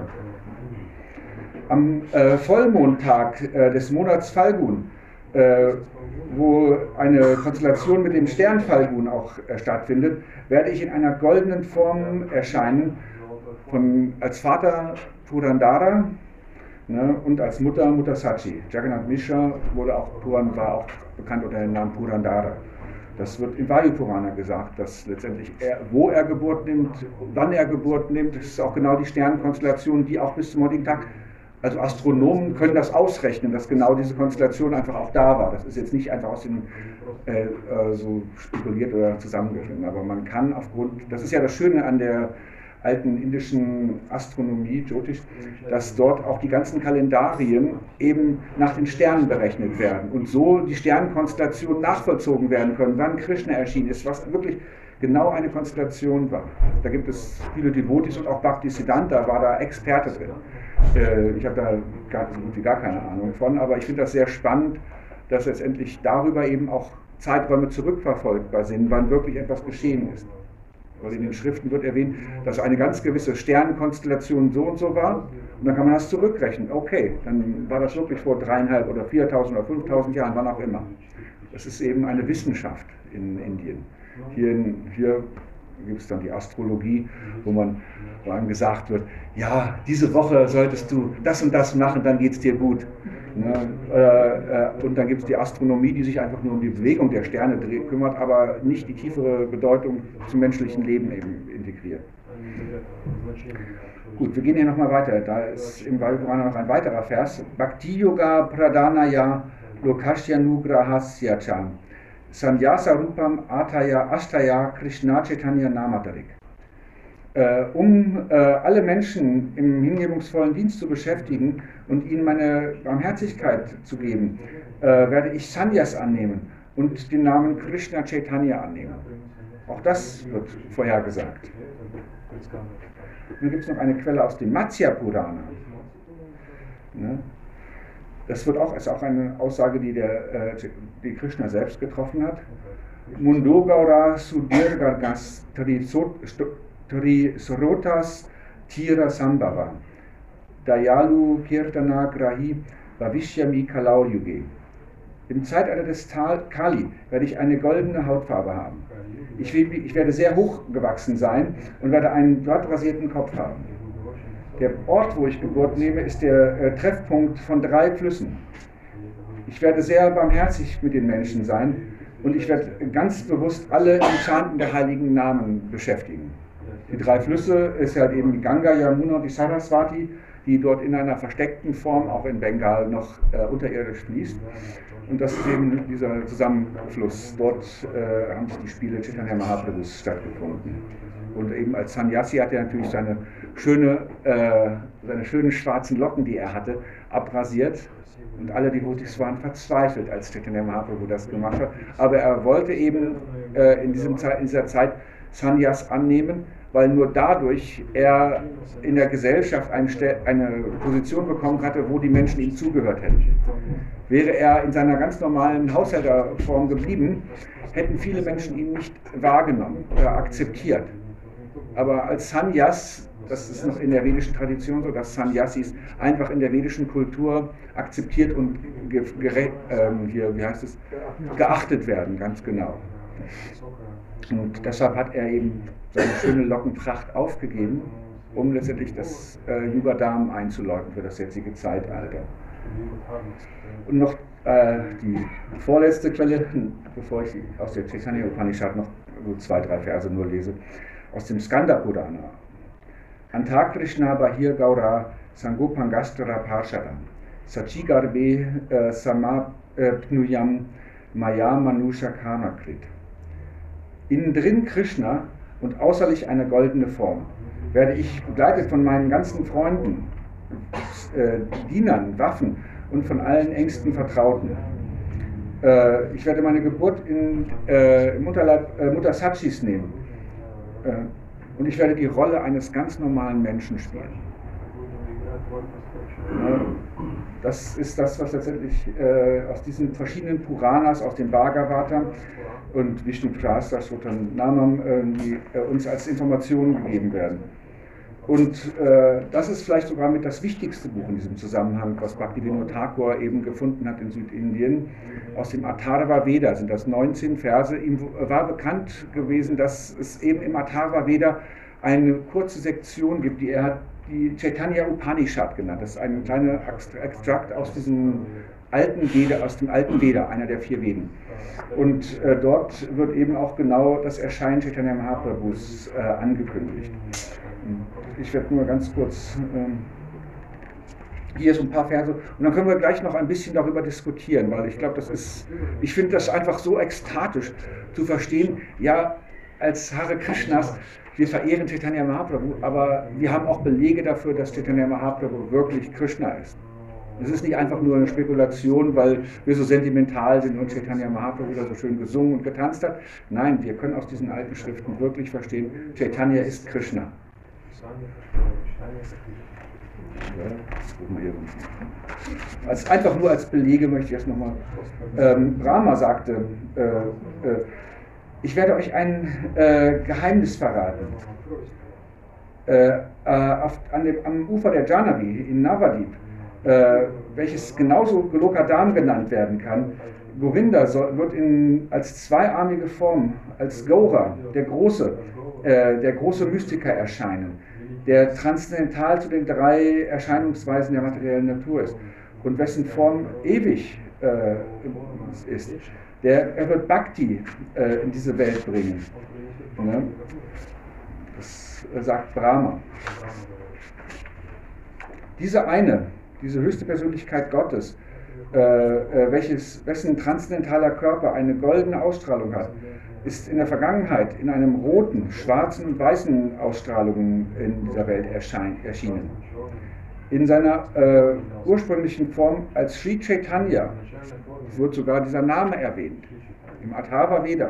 Am Vollmondtag des Monats Falgun, wo eine Konstellation mit dem Stern Falgun auch stattfindet, werde ich in einer goldenen Form erscheinen, als Vater Purandara, ne, und als Mutter Sachi. Jagannath Mishra war auch bekannt unter dem Namen Purandara. Das wird im Vayu Purana gesagt, dass letztendlich wo er Geburt nimmt, wann er Geburt nimmt, das ist auch genau die Sternenkonstellation, die auch bis zum heutigen Tag, also Astronomen können das ausrechnen, dass genau diese Konstellation einfach auch da war. Das ist jetzt nicht einfach aus dem so spekuliert oder zusammengeschnitten, aber man kann das ist ja das Schöne an der alten indischen Astronomie, Jyotish, dass dort auch die ganzen Kalendarien eben nach den Sternen berechnet werden und so die Sternenkonstellationen nachvollzogen werden können, wann Krishna erschienen ist, was wirklich genau eine Konstellation war. Da gibt es viele Devotis und auch Bhaktisiddhanta war da Experte drin. Ich habe da so gut wie gar keine Ahnung von, aber ich finde das sehr spannend, dass letztendlich darüber eben auch Zeiträume zurückverfolgbar sind, wann wirklich etwas geschehen ist. Weil in den Schriften wird erwähnt, dass eine ganz gewisse Sternenkonstellation so und so war und dann kann man das zurückrechnen. Okay, dann war das wirklich vor 3.500 oder 4.000 oder 5.000 Jahren, wann auch immer. Das ist eben eine Wissenschaft in Indien. Hier gibt es dann die Astrologie, wo einem gesagt wird, ja, diese Woche solltest du das und das machen, dann geht es dir gut. Und dann gibt es die Astronomie, die sich einfach nur um die Bewegung der Sterne kümmert, aber nicht die tiefere Bedeutung zum menschlichen Leben eben integriert. Gut, wir gehen hier nochmal weiter. Da ist im Vayu Purana noch ein weiterer Vers. Bhakti Yoga Pradhanaya Lokashyanugrahasya Cham Sanyasa Rupam Ataya Ashtaya Krishna Chaitanya Namatarik. Alle Menschen im hingebungsvollen Dienst zu beschäftigen und ihnen meine Barmherzigkeit zu geben, werde ich Sannyas annehmen und den Namen Krishna Chaitanya annehmen. Auch das wird vorhergesagt. Dann gibt es noch eine Quelle aus dem Matsya Purana. Ne? Das ist auch eine Aussage, die Krishna selbst getroffen hat. Mundogaura Sudirgagas Srotas Tira Sambhava Dayalu Kirtana Grahi Bhavishyami Kalau Yuge. Im Zeitalter des Kali werde ich eine goldene Hautfarbe haben. Ich werde sehr hoch gewachsen sein und werde einen glatt rasierten Kopf haben. Der Ort, wo ich Geburt nehme, ist der Treffpunkt von 3 Flüssen. Ich werde sehr barmherzig mit den Menschen sein und ich werde ganz bewusst alle im Chanten der heiligen Namen beschäftigen. Die 3 Flüsse ist halt eben die Ganga, Yamuna und die Saraswati, die dort in einer versteckten Form auch in Bengal noch unterirdisch fließt. Und das ist eben dieser Zusammenfluss. Dort haben sich die Spiele Chaitanya Mahaprabhus stattgefunden. Und eben als Sannyasi hat er natürlich seine schönen schwarzen Locken, die er hatte, abrasiert. Und alle Devotis waren verzweifelt, als Chaitanya Mahaprabhu das gemacht hat. Aber er wollte eben in dieser Zeit Sannyas annehmen, weil nur dadurch er in der Gesellschaft eine Position bekommen hatte, wo die Menschen ihm zugehört hätten. Wäre er in seiner ganz normalen Haushälterform geblieben, hätten viele Menschen ihn nicht wahrgenommen oder akzeptiert. Aber als Sannyas, das ist noch in der vedischen Tradition so, dass Sannyasis einfach in der vedischen Kultur akzeptiert und geachtet werden, ganz genau. Und deshalb hat er eben seine schöne Lockenpracht aufgegeben, um letztendlich das Yugadam einzuläuten für das jetzige Zeitalter. Und noch die vorletzte Quelle, bevor ich aus der Chaitanya Upanishad noch so 2-3 Verse nur lese, aus dem Skanda Purana. Anta Krishna Bahir Gaura Sangopangastara Parshadam Sachigarbe Samapnuyam Maya Manusha Karmakrit. Innen drin Krishna und außerlich eine goldene Form. Werde ich begleitet von meinen ganzen Freunden, Dienern, Waffen und von allen engsten Vertrauten. Ich werde meine Geburt im Mutterleib Mutter Sachis nehmen. Und ich werde die Rolle eines ganz normalen Menschen spielen. Das ist das, was letztendlich aus diesen verschiedenen Puranas, aus dem Bhagavata und Vishnu Sahasranamam uns als Informationen gegeben werden. Und das ist vielleicht sogar mit das wichtigste Buch in diesem Zusammenhang, was Bhaktivinoda Thakur eben gefunden hat in Südindien. Aus dem Atharva Veda sind das 19 Verse. Ihm war bekannt gewesen, dass es eben im Atharva Veda eine kurze Sektion gibt, die er hat die Chaitanya Upanishad genannt. Das ist ein kleiner Extrakt aus diesem alten Veda, aus dem alten Veda, einer der 4 Veden. Und dort wird eben auch genau das Erscheinen Chaitanya Mahaprabhus angekündigt. Ich werde nur ganz kurz hier so ein paar Verse und dann können wir gleich noch ein bisschen darüber diskutieren, weil ich glaube, ich finde das einfach so ekstatisch zu verstehen, ja, als Hare Krishnas, wir verehren Chaitanya Mahaprabhu, aber wir haben auch Belege dafür, dass Chaitanya Mahaprabhu wirklich Krishna ist. Es ist nicht einfach nur eine Spekulation, weil wir so sentimental sind und Chaitanya Mahaprabhu da so schön gesungen und getanzt hat. Nein, wir können aus diesen alten Schriften wirklich verstehen, Chaitanya ist Krishna. Einfach nur als Belege möchte ich jetzt nochmal. Brahma sagte, ich werde euch ein Geheimnis verraten. Am Ufer der Jahnavi in Navadip, welches genauso Golokadam genannt werden kann, Govinda wird als zweiarmige Form, als Gaura, der große Mystiker erscheinen, der transzendental zu den 3 Erscheinungsweisen der materiellen Natur ist und wessen Form ewig ist. Er wird Bhakti in diese Welt bringen. Ne? Das sagt Brahma. Diese höchste Persönlichkeit Gottes, wessen transzendentaler Körper eine goldene Ausstrahlung hat, ist in der Vergangenheit in einem roten, schwarzen und weißen Ausstrahlung in dieser Welt erschienen. In seiner ursprünglichen Form als Sri Chaitanya wird sogar dieser Name erwähnt. Im Atharva Veda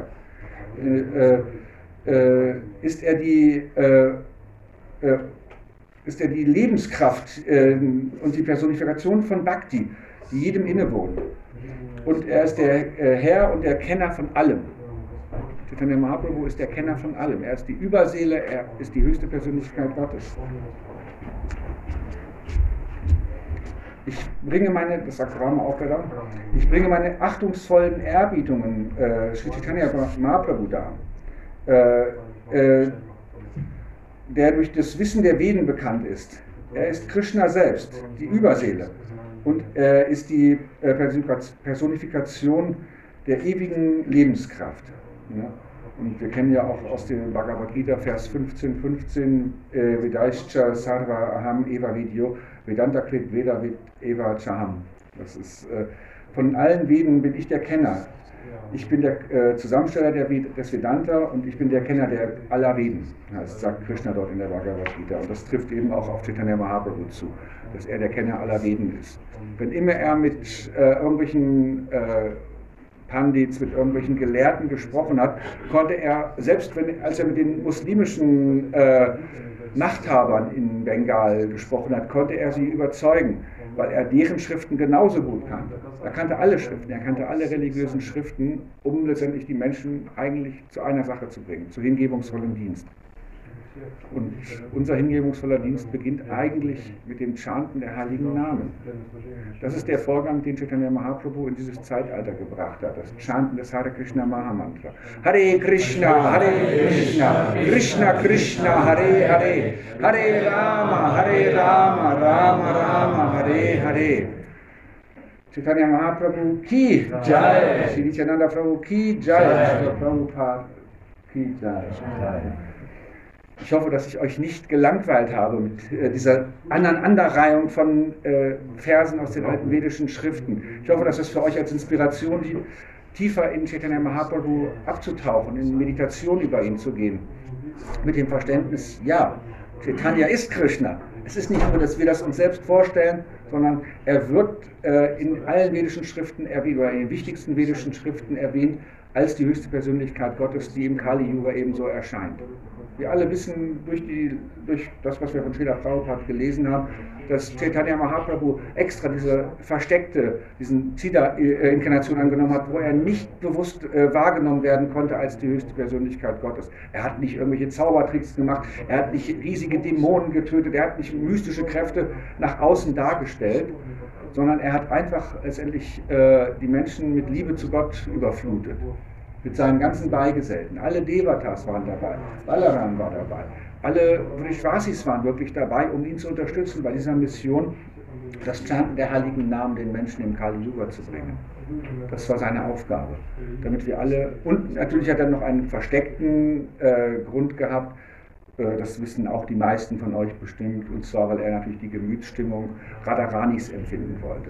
ist er die Lebenskraft und die Personifikation von Bhakti, die jedem innewohnt. Und er ist der Herr und der Kenner von allem. Chaitanya Mahaprabhu ist der Kenner von allem. Er ist die Überseele, er ist die höchste Persönlichkeit Gottes. Ich bringe meine achtungsvollen Erbietungen Sri Chaitanya Mahaprabhu dar, der durch das Wissen der Veden bekannt ist. Er ist Krishna selbst, die Überseele, und er ist die Personifikation der ewigen Lebenskraft. Ja? Und wir kennen ja auch aus dem Bhagavad Gita, Vers 15, Vedaischa Sarva Aham Eva Vidyo, Vedanta Krit Veda Vid Eva Chaham. Das ist, von allen Veden bin ich der Kenner. Ich bin der Zusammensteller des Vedanta und ich bin der Kenner aller Veden. Das sagt Krishna dort in der Bhagavad Gita. Und das trifft eben auch auf Chaitanya Mahaprabhu zu, dass er der Kenner aller Veden ist. Wenn immer er mit irgendwelchen Pandits, mit irgendwelchen Gelehrten gesprochen hat, konnte er, selbst als er mit den muslimischen Machthabern in Bengal gesprochen hat, konnte er sie überzeugen, weil er deren Schriften genauso gut kannte. Er kannte alle Schriften, er kannte alle religiösen Schriften, um letztendlich die Menschen eigentlich zu einer Sache zu bringen, zu hingebungsvollem Dienst. Und unser hingebungsvoller Dienst beginnt eigentlich mit dem Chanten der heiligen Namen. Das ist der Vorgang, den Chaitanya Mahaprabhu in dieses Zeitalter gebracht hat, das Chanten des Hare Krishna Mahamantra. Hare Krishna, Krishna Krishna, Hare Hare, Hare Rama, Rama Rama, Hare Hare. Chaitanya Mahaprabhu ki Jai, Shri Nityananda Prabhu ki Jai, Shri Prabhupada ki Jai. Ich hoffe, dass ich euch nicht gelangweilt habe mit dieser Aneinanderreihung von Versen aus den alten vedischen Schriften. Ich hoffe, dass es für euch als Inspiration dient, tiefer in Chaitanya Mahaprabhu abzutauchen, in Meditation über ihn zu gehen. Mit dem Verständnis, ja, Chaitanya ist Krishna. Es ist nicht nur, dass wir das uns selbst vorstellen, sondern er wird in allen vedischen Schriften erwähnt, oder in den wichtigsten vedischen Schriften erwähnt, als die höchste Persönlichkeit Gottes, die im Kali-Yuga ebenso erscheint. Wir alle wissen durch das, was wir von Srila Prabhupada gelesen haben, dass Chaitanya Mahaprabhu extra diesen Siddha-Inkarnation angenommen hat, wo er nicht bewusst wahrgenommen werden konnte als die höchste Persönlichkeit Gottes. Er hat nicht irgendwelche Zaubertricks gemacht, er hat nicht riesige Dämonen getötet, er hat nicht mystische Kräfte nach außen dargestellt, sondern er hat einfach letztendlich die Menschen mit Liebe zu Gott überflutet. Mit seinen ganzen Beigesellten. Alle Devatas waren dabei, Balaram war dabei, alle Vrishvasis waren wirklich dabei, um ihn zu unterstützen bei dieser Mission, das Chanten der heiligen Namen den Menschen im Kali-Yuga zu bringen. Das war seine Aufgabe. Damit wir alle, und natürlich hat er noch einen versteckten Grund gehabt, das wissen auch die meisten von euch bestimmt, und zwar, weil er natürlich die Gemütsstimmung Radharanis empfinden wollte.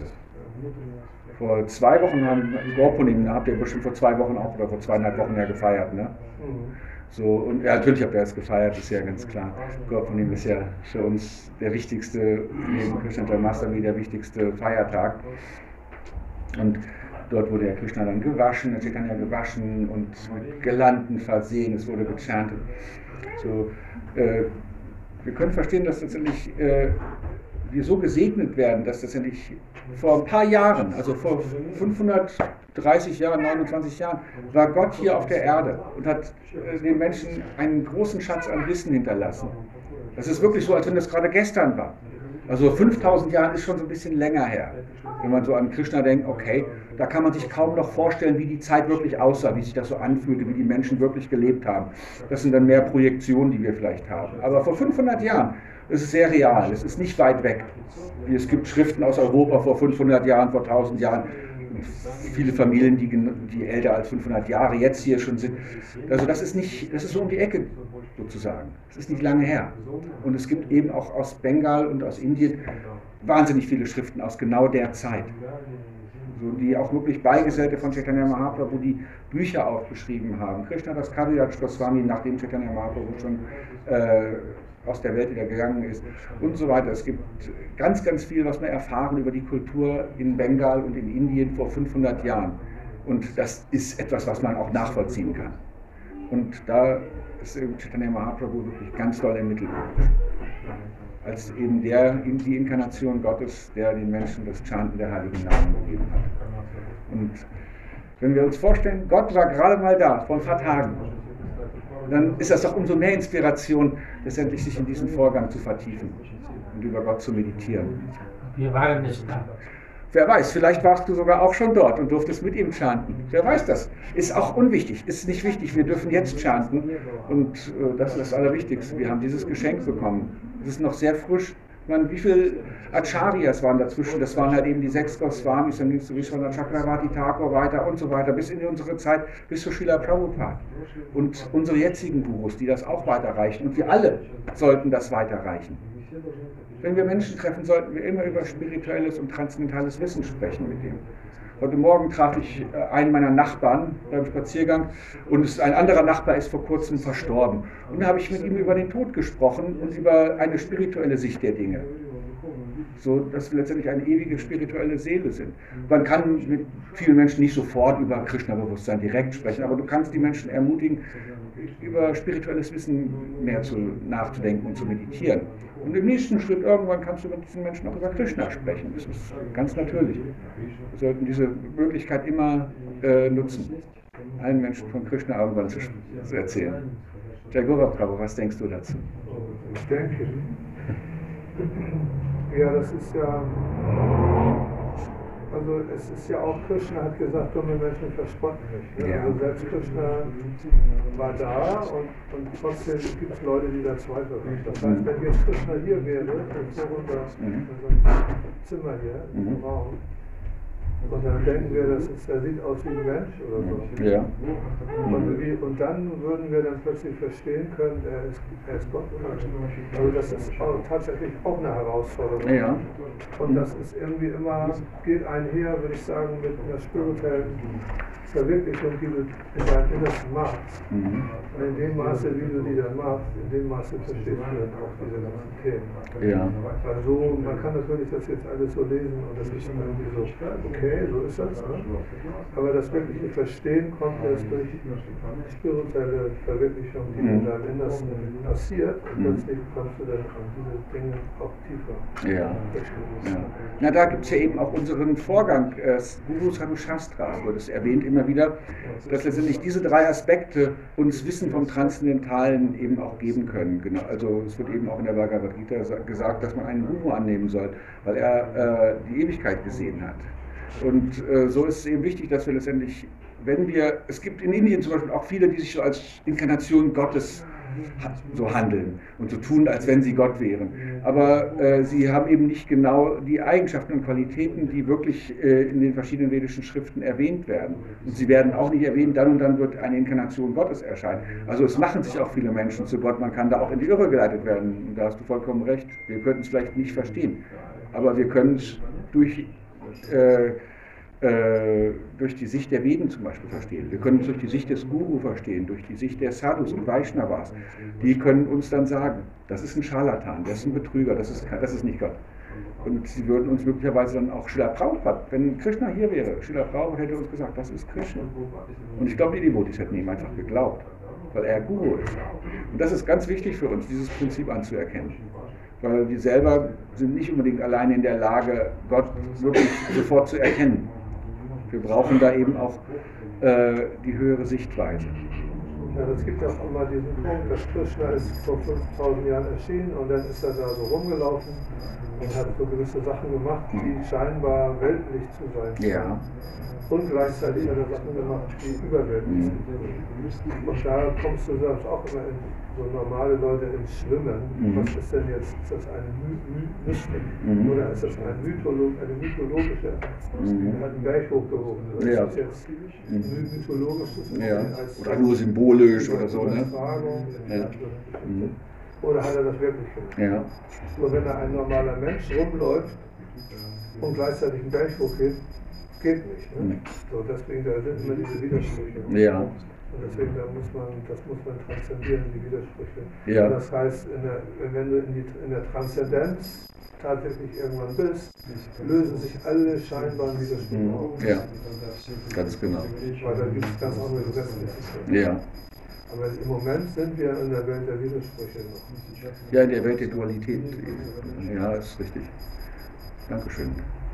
Vor 2 Wochen haben Gorpunim, habt ihr bestimmt vor 2 Wochen auch, oder vor 2,5 Wochen ja gefeiert, ne? So, und ja, natürlich habt ihr das gefeiert, ist ja ganz klar. Gorpunim ist ja für uns der wichtigste, neben Krishna Janmashtami, der wichtigste Feiertag. Und dort wurde ja Krishna dann gewaschen, er wird dann ja gewaschen und mit Girlanden versehen, es wurde gechantet. So, wir können verstehen, dass tatsächlich wir so gesegnet werden, dass tatsächlich vor ein paar Jahren, also vor 530 Jahren, 29 Jahren, war Gott hier auf der Erde und hat den Menschen einen großen Schatz an Wissen hinterlassen. Das ist wirklich so, als wenn das gerade gestern war. Also 5000 Jahre ist schon so ein bisschen länger her. Wenn man so an Krishna denkt, okay, da kann man sich kaum noch vorstellen, wie die Zeit wirklich aussah, wie sich das so anfühlte, wie die Menschen wirklich gelebt haben. Das sind dann mehr Projektionen, die wir vielleicht haben. Aber vor 500 Jahren ist es sehr real, es ist nicht weit weg. Es gibt Schriften aus Europa vor 500 Jahren, vor 1000 Jahren. Viele Familien, die älter als 500 Jahre jetzt hier schon sind. Also das ist so um die Ecke sozusagen. Das ist nicht lange her. Und es gibt eben auch aus Bengal und aus Indien wahnsinnig viele Schriften aus genau der Zeit. So, die auch wirklich Beigesellte von Chaitanya Mahaprabhu, die Bücher aufgeschrieben haben. Krishnadas Kaviraj Goswami, nachdem Chaitanya Mahaprabhu schon aus der Welt wieder gegangen ist und so weiter. Es gibt ganz, ganz viel, was wir erfahren über die Kultur in Bengal und in Indien vor 500 Jahren. Und das ist etwas, was man auch nachvollziehen kann. Und da ist Chaitanya Mahaprabhu wirklich ganz doll im Mittelpunkt. Als eben die Inkarnation Gottes, der den Menschen das Chanten der heiligen Namen gegeben hat. Und wenn wir uns vorstellen, Gott war gerade mal da, vor ein paar Tagen, dann ist das doch umso mehr Inspiration, letztendlich sich in diesen Vorgang zu vertiefen und über Gott zu meditieren. Wir waren nicht da. Wer weiß, vielleicht warst du sogar auch schon dort und durftest mit ihm chanten. Wer weiß das? Ist auch unwichtig, ist nicht wichtig. Wir dürfen jetzt chanten und das ist das Allerwichtigste. Wir haben dieses Geschenk bekommen. Es ist noch sehr frisch. Ich meine, wie viele Acharyas waren dazwischen? Das waren halt eben die 6 Goswamis, dann ging es zu Vishwanath Chakravarti Thakur weiter und so weiter, bis in unsere Zeit, bis zu Srila Prabhupada. Und unsere jetzigen Gurus, die das auch weiterreichen. Und wir alle sollten das weiterreichen. Wenn wir Menschen treffen, sollten wir immer über spirituelles und transzendentales Wissen sprechen mit dem. Heute Morgen traf ich einen meiner Nachbarn beim Spaziergang und ein anderer Nachbar ist vor kurzem verstorben. Und da habe ich mit ihm über den Tod gesprochen und über eine spirituelle Sicht der Dinge. so dass wir letztendlich eine ewige spirituelle Seele sind. Man kann mit vielen Menschen nicht sofort über Krishna-Bewusstsein direkt sprechen, aber du kannst die Menschen ermutigen, über spirituelles Wissen mehr nachzudenken und zu meditieren. Und im nächsten Schritt irgendwann kannst du mit diesen Menschen auch über Krishna sprechen. Das ist ganz natürlich. Wir sollten diese Möglichkeit immer nutzen, allen Menschen von Krishna irgendwann zu erzählen. Jai Guru Prabhu, was denkst du dazu? Ich denke, ja, das ist ja, also es ist ja auch, Krishna hat gesagt, dumme Menschen verspotten mich. Ne? Ja. Also selbst Krishna war da und trotzdem gibt es Leute, die da zweifeln. Das heißt, wenn jetzt Krishna hier wäre, in so einem Zimmer hier, in diesem Raum, und dann denken wir, der sieht aus wie ein Mensch oder so. Ja. Und dann würden wir dann plötzlich verstehen können, er ist Gott. Also das ist auch tatsächlich auch eine Herausforderung. Ja. Und das ist irgendwie immer, geht einher, würde ich sagen, mit einer spirituellen Verwirklichung, die du in deinem Innersten machst. Und in dem Maße, wie du die dann machst, in dem Maße verstehst du dann auch diese ganzen Themen. Ja. Also man kann natürlich das jetzt alles so lesen und das ist irgendwie so, okay, so ist das. Ne? Aber das wirkliche Verstehen kommt erst durch spirituelle Verwirklichung, die in deinem Innersten passiert, und plötzlich kommst du dann an diese Dinge auch tiefer. Ja. Ja. Na, da gibt es ja eben auch unseren Vorgang, Guru Sadhu Shastra, wird es erwähnt immer wieder, dass letztendlich diese drei Aspekte uns Wissen vom Transzendentalen eben auch geben können. Genau. Also es wird eben auch in der Bhagavad Gita gesagt, dass man einen Guru annehmen soll, weil er die Ewigkeit gesehen hat. Und so ist es eben wichtig, dass wir letztendlich, es gibt in Indien zum Beispiel auch viele, die sich so als Inkarnation Gottes so handeln und so tun, als wenn sie Gott wären. Aber sie haben eben nicht genau die Eigenschaften und Qualitäten, die wirklich in den verschiedenen vedischen Schriften erwähnt werden. Und sie werden auch nicht erwähnt, dann und dann wird eine Inkarnation Gottes erscheinen. Also es machen sich auch viele Menschen zu Gott, man kann da auch in die Irre geleitet werden. Und da hast du vollkommen recht, wir könnten es vielleicht nicht verstehen, aber wir können es durch die Sicht der Veden zum Beispiel verstehen. Wir können es durch die Sicht des Guru verstehen, durch die Sicht der Sadhus und Vaishnavas. Die können uns dann sagen, das ist ein Scharlatan, das ist ein Betrüger, das ist nicht Gott. Und sie würden uns möglicherweise dann auch Srila Prabhupada, wenn Krishna hier wäre, Srila Prabhupada hätte uns gesagt, das ist Krishna. Und ich glaube, die Devotis hätten ihm einfach geglaubt, weil er Guru ist. Und das ist ganz wichtig für uns, dieses Prinzip anzuerkennen. Weil wir selber sind nicht unbedingt alleine in der Lage, Gott wirklich sofort zu erkennen. Wir brauchen da eben auch die höhere Sichtweise. Ja, es gibt ja auch immer diesen Punkt, dass Krishna ist vor 5000 Jahren erschienen und dann ist er da so rumgelaufen und hat so gewisse Sachen gemacht, die scheinbar weltlich zu sein scheinen. Ja. Und gleichzeitig hat er Sachen gemacht, die überweltlich sind. Und da kommst du selbst auch immer in so normale Leute ins Schwimmen. Was ist denn jetzt? Ist das eine Mystik? Oder ist das eine mythologische? Er hat einen Berg hochgehoben. Ist das jetzt mythologisch? Ja. Oder nur symbolisch oder so, ne? Ja. Oder hat er das wirklich gemacht? Ja. Und wenn da ein normaler Mensch rumläuft und gleichzeitig einen Berg hochgeht, geht nicht. Ne? So, deswegen da sind immer diese Widersprüche. Ja. Und deswegen das muss man transzendieren, die Widersprüche. Ja. Das heißt, wenn du in der Transzendenz tatsächlich irgendwann bist, lösen sich alle scheinbaren Widersprüche auf. Ja, ganz genau. Weil da gibt es ganz andere Gesetzmäßigkeiten. Ja. Aber im Moment sind wir in der Welt der Widersprüche noch. Ja, in der Welt der Dualität. Ja, ist richtig. Dankeschön.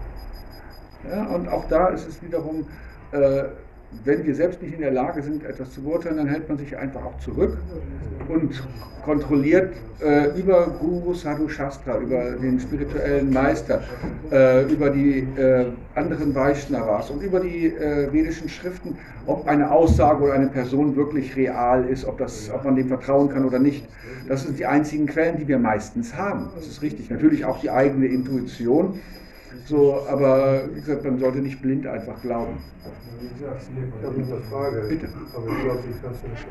Ja, und auch da ist es wiederum, wenn wir selbst nicht in der Lage sind, etwas zu beurteilen, dann hält man sich einfach auch zurück und kontrolliert über Guru Sadhu Shastra, über den spirituellen Meister, über die anderen Vaishnavas und über die vedischen Schriften, ob eine Aussage oder eine Person wirklich real ist, ob man dem vertrauen kann oder nicht. Das sind die einzigen Quellen, die wir meistens haben. Das ist richtig. Natürlich auch die eigene Intuition. So, aber wie gesagt, man sollte nicht blind einfach glauben. Ich habe noch eine Frage, Bitte. aber ich glaube, die kannst du nicht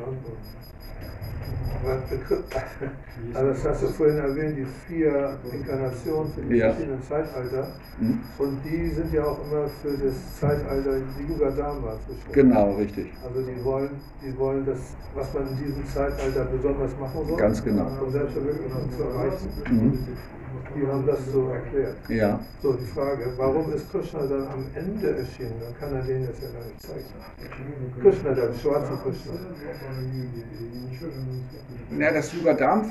beantworten. Also das hast du vorhin erwähnt, die 4 Inkarnationen für die verschiedenen Zeitalter. Und die sind ja auch immer für das Zeitalter, die Yuga Dharma zuständig. Genau, richtig. Also die wollen das, was man in diesem Zeitalter besonders machen soll. Ganz genau. Um Selbstverwirklichung zu erreichen. Die haben das so erklärt. Ja. So, die Frage, warum ist Krishna dann am Ende erschienen? Dann kann er denen jetzt ja gar nicht zeigen. Krishna, der schwarze Krishna. Ja, das Yugadam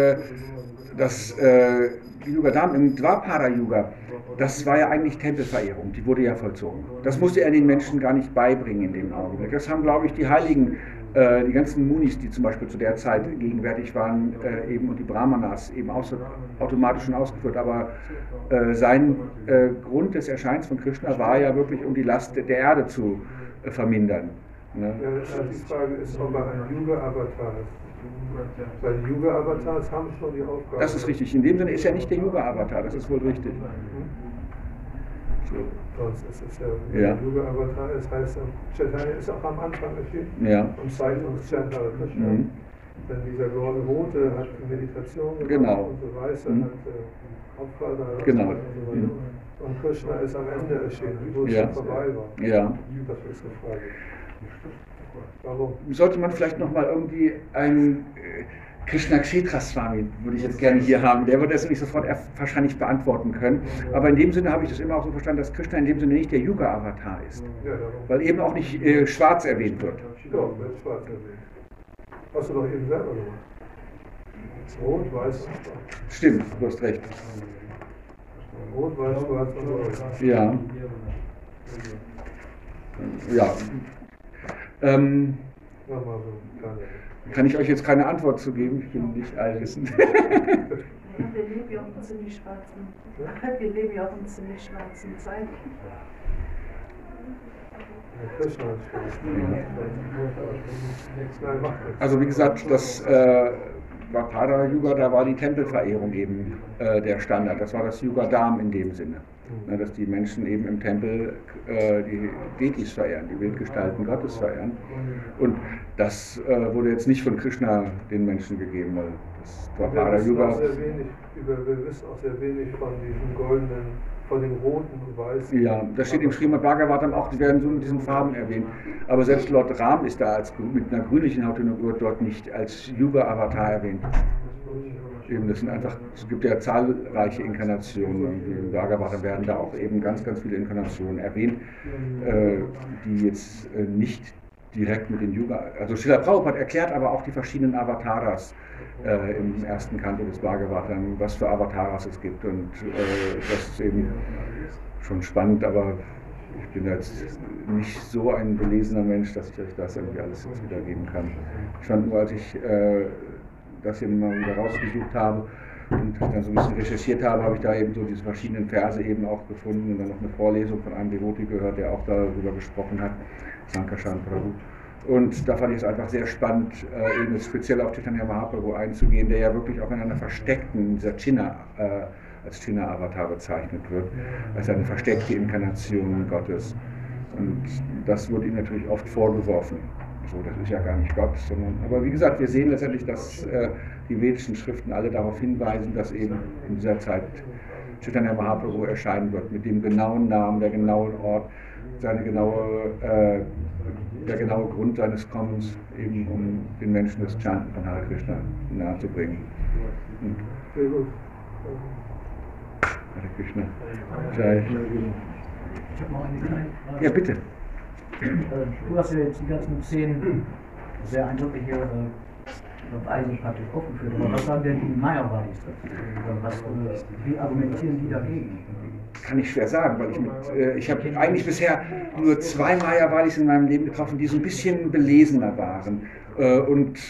Yugadam im Dwapara-Yuga, das war ja eigentlich Tempelverehrung, die wurde ja vollzogen. Das musste er den Menschen gar nicht beibringen in dem Augenblick. Das haben, glaube ich, die Heiligen, die ganzen Munis, die zum Beispiel zu der Zeit gegenwärtig waren, eben und die Brahmanas eben automatisch schon ausgeführt. Aber sein Grund des Erscheinens von Krishna war ja wirklich, um die Last der Erde zu vermindern. Ne? Ja, die Frage ist, ob er ein Yuga-Avatar ist. Weil die Yuga-Avatars haben schon die Aufgabe. Das ist richtig. In dem Sinne ist er nicht der Yuga-Avatar, das ist wohl richtig. So. Sonst ist es ja, ein Yuga-Avatar ist, heißt Chaitanya ist auch am Anfang erschienen und zeigt uns Chaitanya Krishna. Denn dieser rote hat Meditation gemacht und so weiße hat Opfer da genau. und so weiter. Und Krishna ist am Ende erschienen, wo es schon vorbei war. Ja. Das ist die Frage. Warum? Sollte man vielleicht nochmal irgendwie einen Krishna Kshetra Swami, würde ich jetzt gerne hier haben, der wird das nicht sofort wahrscheinlich beantworten können. Aber in dem Sinne habe ich das immer auch so verstanden, dass Krishna in dem Sinne nicht der Yuga-Avatar ist. Ja, weil eben auch nicht schwarz erwähnt wird. Doch, wird schwarz erwähnt. Hast du doch eben selber gemacht. Rot, weiß und schwarz. Stimmt, du hast recht. Rot, weiß, schwarz und rot. Ja. Ja. Kann ich euch jetzt keine Antwort zu geben? Ich bin nicht allwissend. Wir leben ja auch in ziemlich schwarzen Zeiten. Also wie gesagt, das Dwapara-Yuga, da war die Tempelverehrung eben der Standard. Das war das Yugadam in dem Sinne. Dass die Menschen eben im Tempel die Deities verehren, die Bildgestalten Gottes verehren. Und das wurde jetzt nicht von Krishna den Menschen gegeben, weil das Dwapara-Yuga... Wir wissen auch sehr wenig von diesen goldenen, von den roten und weißen. Ja, das steht im Srimad Bhagavatam auch, die werden so in diesen Farben erwähnt. Aber selbst Lord Ram ist da mit einer grünlichen Haut dort nicht als Yuga-Avatar erwähnt. Eben, das sind einfach, es gibt ja zahlreiche Inkarnationen. Im Bhagavatam werden da auch eben ganz, ganz viele Inkarnationen erwähnt, die jetzt nicht direkt mit den Yuga. Also Srila Prabhupada erklärt aber auch die verschiedenen Avataras im ersten Kanto des Bhagavatam, was für Avataras es gibt. Und das ist eben schon spannend, aber ich bin jetzt nicht so ein belesener Mensch, dass ich euch das irgendwie alles jetzt wiedergeben kann. Ich fand nur, als ich das hier mal wieder rausgesucht habe und dann so ein bisschen recherchiert habe, habe ich da eben so diese verschiedenen Verse eben auch gefunden und dann noch eine Vorlesung von einem Devoti gehört, der auch darüber gesprochen hat, Sankarshan Prabhu. Und da fand ich es einfach sehr spannend, eben speziell auf Chaitanya Mahaprabhu einzugehen, der ja wirklich auch in einer versteckten, dieser als China-Avatar bezeichnet wird, als eine versteckte Inkarnation Gottes. Und das wird ihm natürlich oft vorgeworfen. So, das ist ja gar nicht Gott, aber wie gesagt, wir sehen letztendlich, dass die vedischen Schriften alle darauf hinweisen, dass eben in dieser Zeit Chaitanya Mahaprabhu erscheinen wird, mit dem genauen Namen, der genauen Ort, der genaue Grund seines Kommens, eben um den Menschen das Chanten von Hare Krishna nahezubringen. Sehr gut. Hare Krishna. Jai. Ich habe noch eine kleine Frage. Ja, bitte. Du hast ja jetzt die ganzen 10 sehr eindrückliche Beweise praktisch aufgeführt. Aber was sagen denn die Mayavadis dazu? Wie argumentieren die dagegen? Kann ich schwer sagen, weil ich habe eigentlich bisher nur 2 Mayavadis in meinem Leben getroffen, die so ein bisschen belesener waren und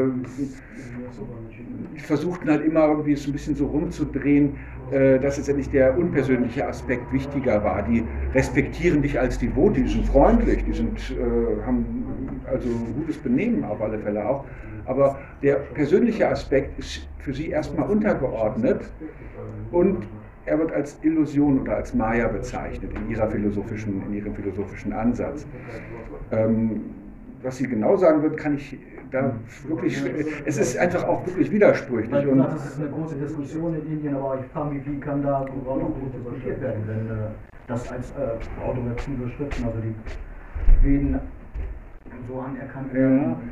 versuchten halt immer irgendwie es ein bisschen so rumzudrehen, dass letztendlich der unpersönliche Aspekt wichtiger war. Die respektieren dich als Devoti, die sind freundlich, haben also gutes Benehmen auf alle Fälle auch, aber der persönliche Aspekt ist für sie erstmal untergeordnet und er wird als Illusion oder als Maya bezeichnet in ihrem philosophischen Ansatz. Was sie genau sagen wird, kann ich da wirklich, es ist einfach auch wirklich widersprüchlich. Das ist eine große Diskussion in Indien, aber ich frage mich, wie kann da überhaupt noch gut diskutiert werden, wenn das als automative Schriften, also die Veden so anerkannt Ja. werden. Und,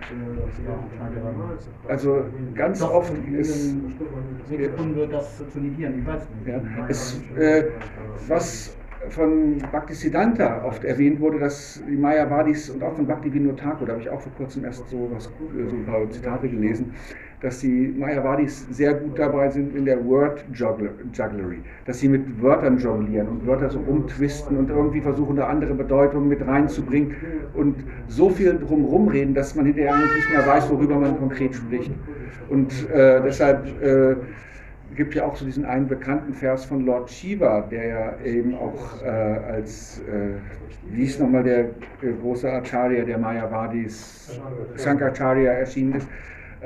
Also ganz doch oft irgendwie ist so gefunden wird, das zu negieren. Ich weiß nicht. ja, was von Bhaktisiddhanta oft erwähnt wurde, dass die Mayavadis und auch von Bhaktivinoda Thakur, da habe ich auch vor kurzem erst so ein paar Zitate gelesen, dass die Mayavadis sehr gut dabei sind in der Word Jugglery, dass sie mit Wörtern jonglieren und Wörter so rumtwisten und irgendwie versuchen, da andere Bedeutungen mit reinzubringen und so viel drumherum reden, dass man hinterher eigentlich nicht mehr weiß, worüber man konkret spricht. Und deshalb gibt ja auch so diesen einen bekannten Vers von Lord Shiva, der ja eben auch als, wie hieß nochmal der große Acharya der Mayavadis, Shankaracharya erschienen ist,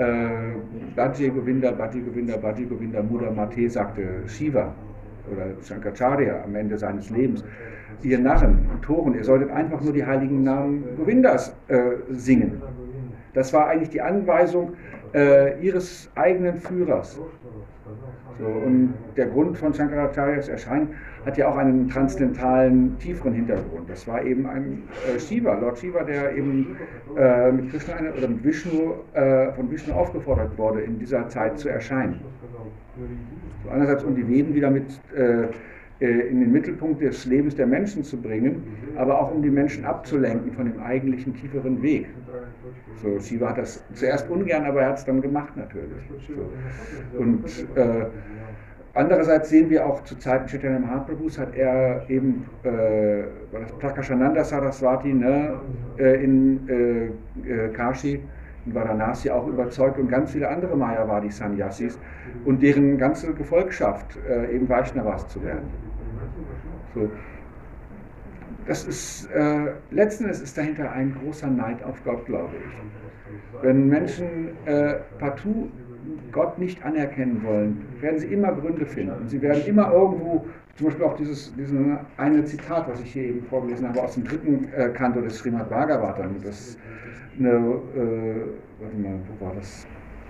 Bhaji Govinda, Bhaji Govinda, Bhaji Govinda, Mudha Mate, sagte Shiva oder Shankaracharya am Ende seines Lebens. Ihr Narren und Toren, ihr solltet einfach nur die heiligen Namen Govindas singen. Das war eigentlich die Anweisung ihres eigenen Führers. So, und der Grund von Shankaracharyas Erscheinen hat ja auch einen transzendentalen, tieferen Hintergrund. Das war eben ein Shiva, Lord Shiva, der eben mit Krishna oder mit Vishnu, von Vishnu aufgefordert wurde, in dieser Zeit zu erscheinen. So, einerseits um die Veden wieder mit in den Mittelpunkt des Lebens der Menschen zu bringen, aber auch um die Menschen abzulenken von dem eigentlichen tieferen Weg. So, Shiva hat das zuerst ungern, aber er hat es dann gemacht natürlich. So. Und andererseits sehen wir auch zu Zeiten Chaitanya Mahaprabhus hat er eben das Prakashananda Saraswati in Kashi, in Varanasi auch überzeugt und ganz viele andere Mayavadi Sannyasis und deren ganze Gefolgschaft eben Vaishnavas zu werden. So. Das ist, letzten Endes ist dahinter ein großer Neid auf Gott, glaube ich. Wenn Menschen partout Gott nicht anerkennen wollen, werden sie immer Gründe finden. Sie werden immer irgendwo, zum Beispiel auch dieses eine Zitat, was ich hier eben vorgelesen habe, aus dem dritten Kanto des Srimad Bhagavatam, das eine, warte mal, wo war das?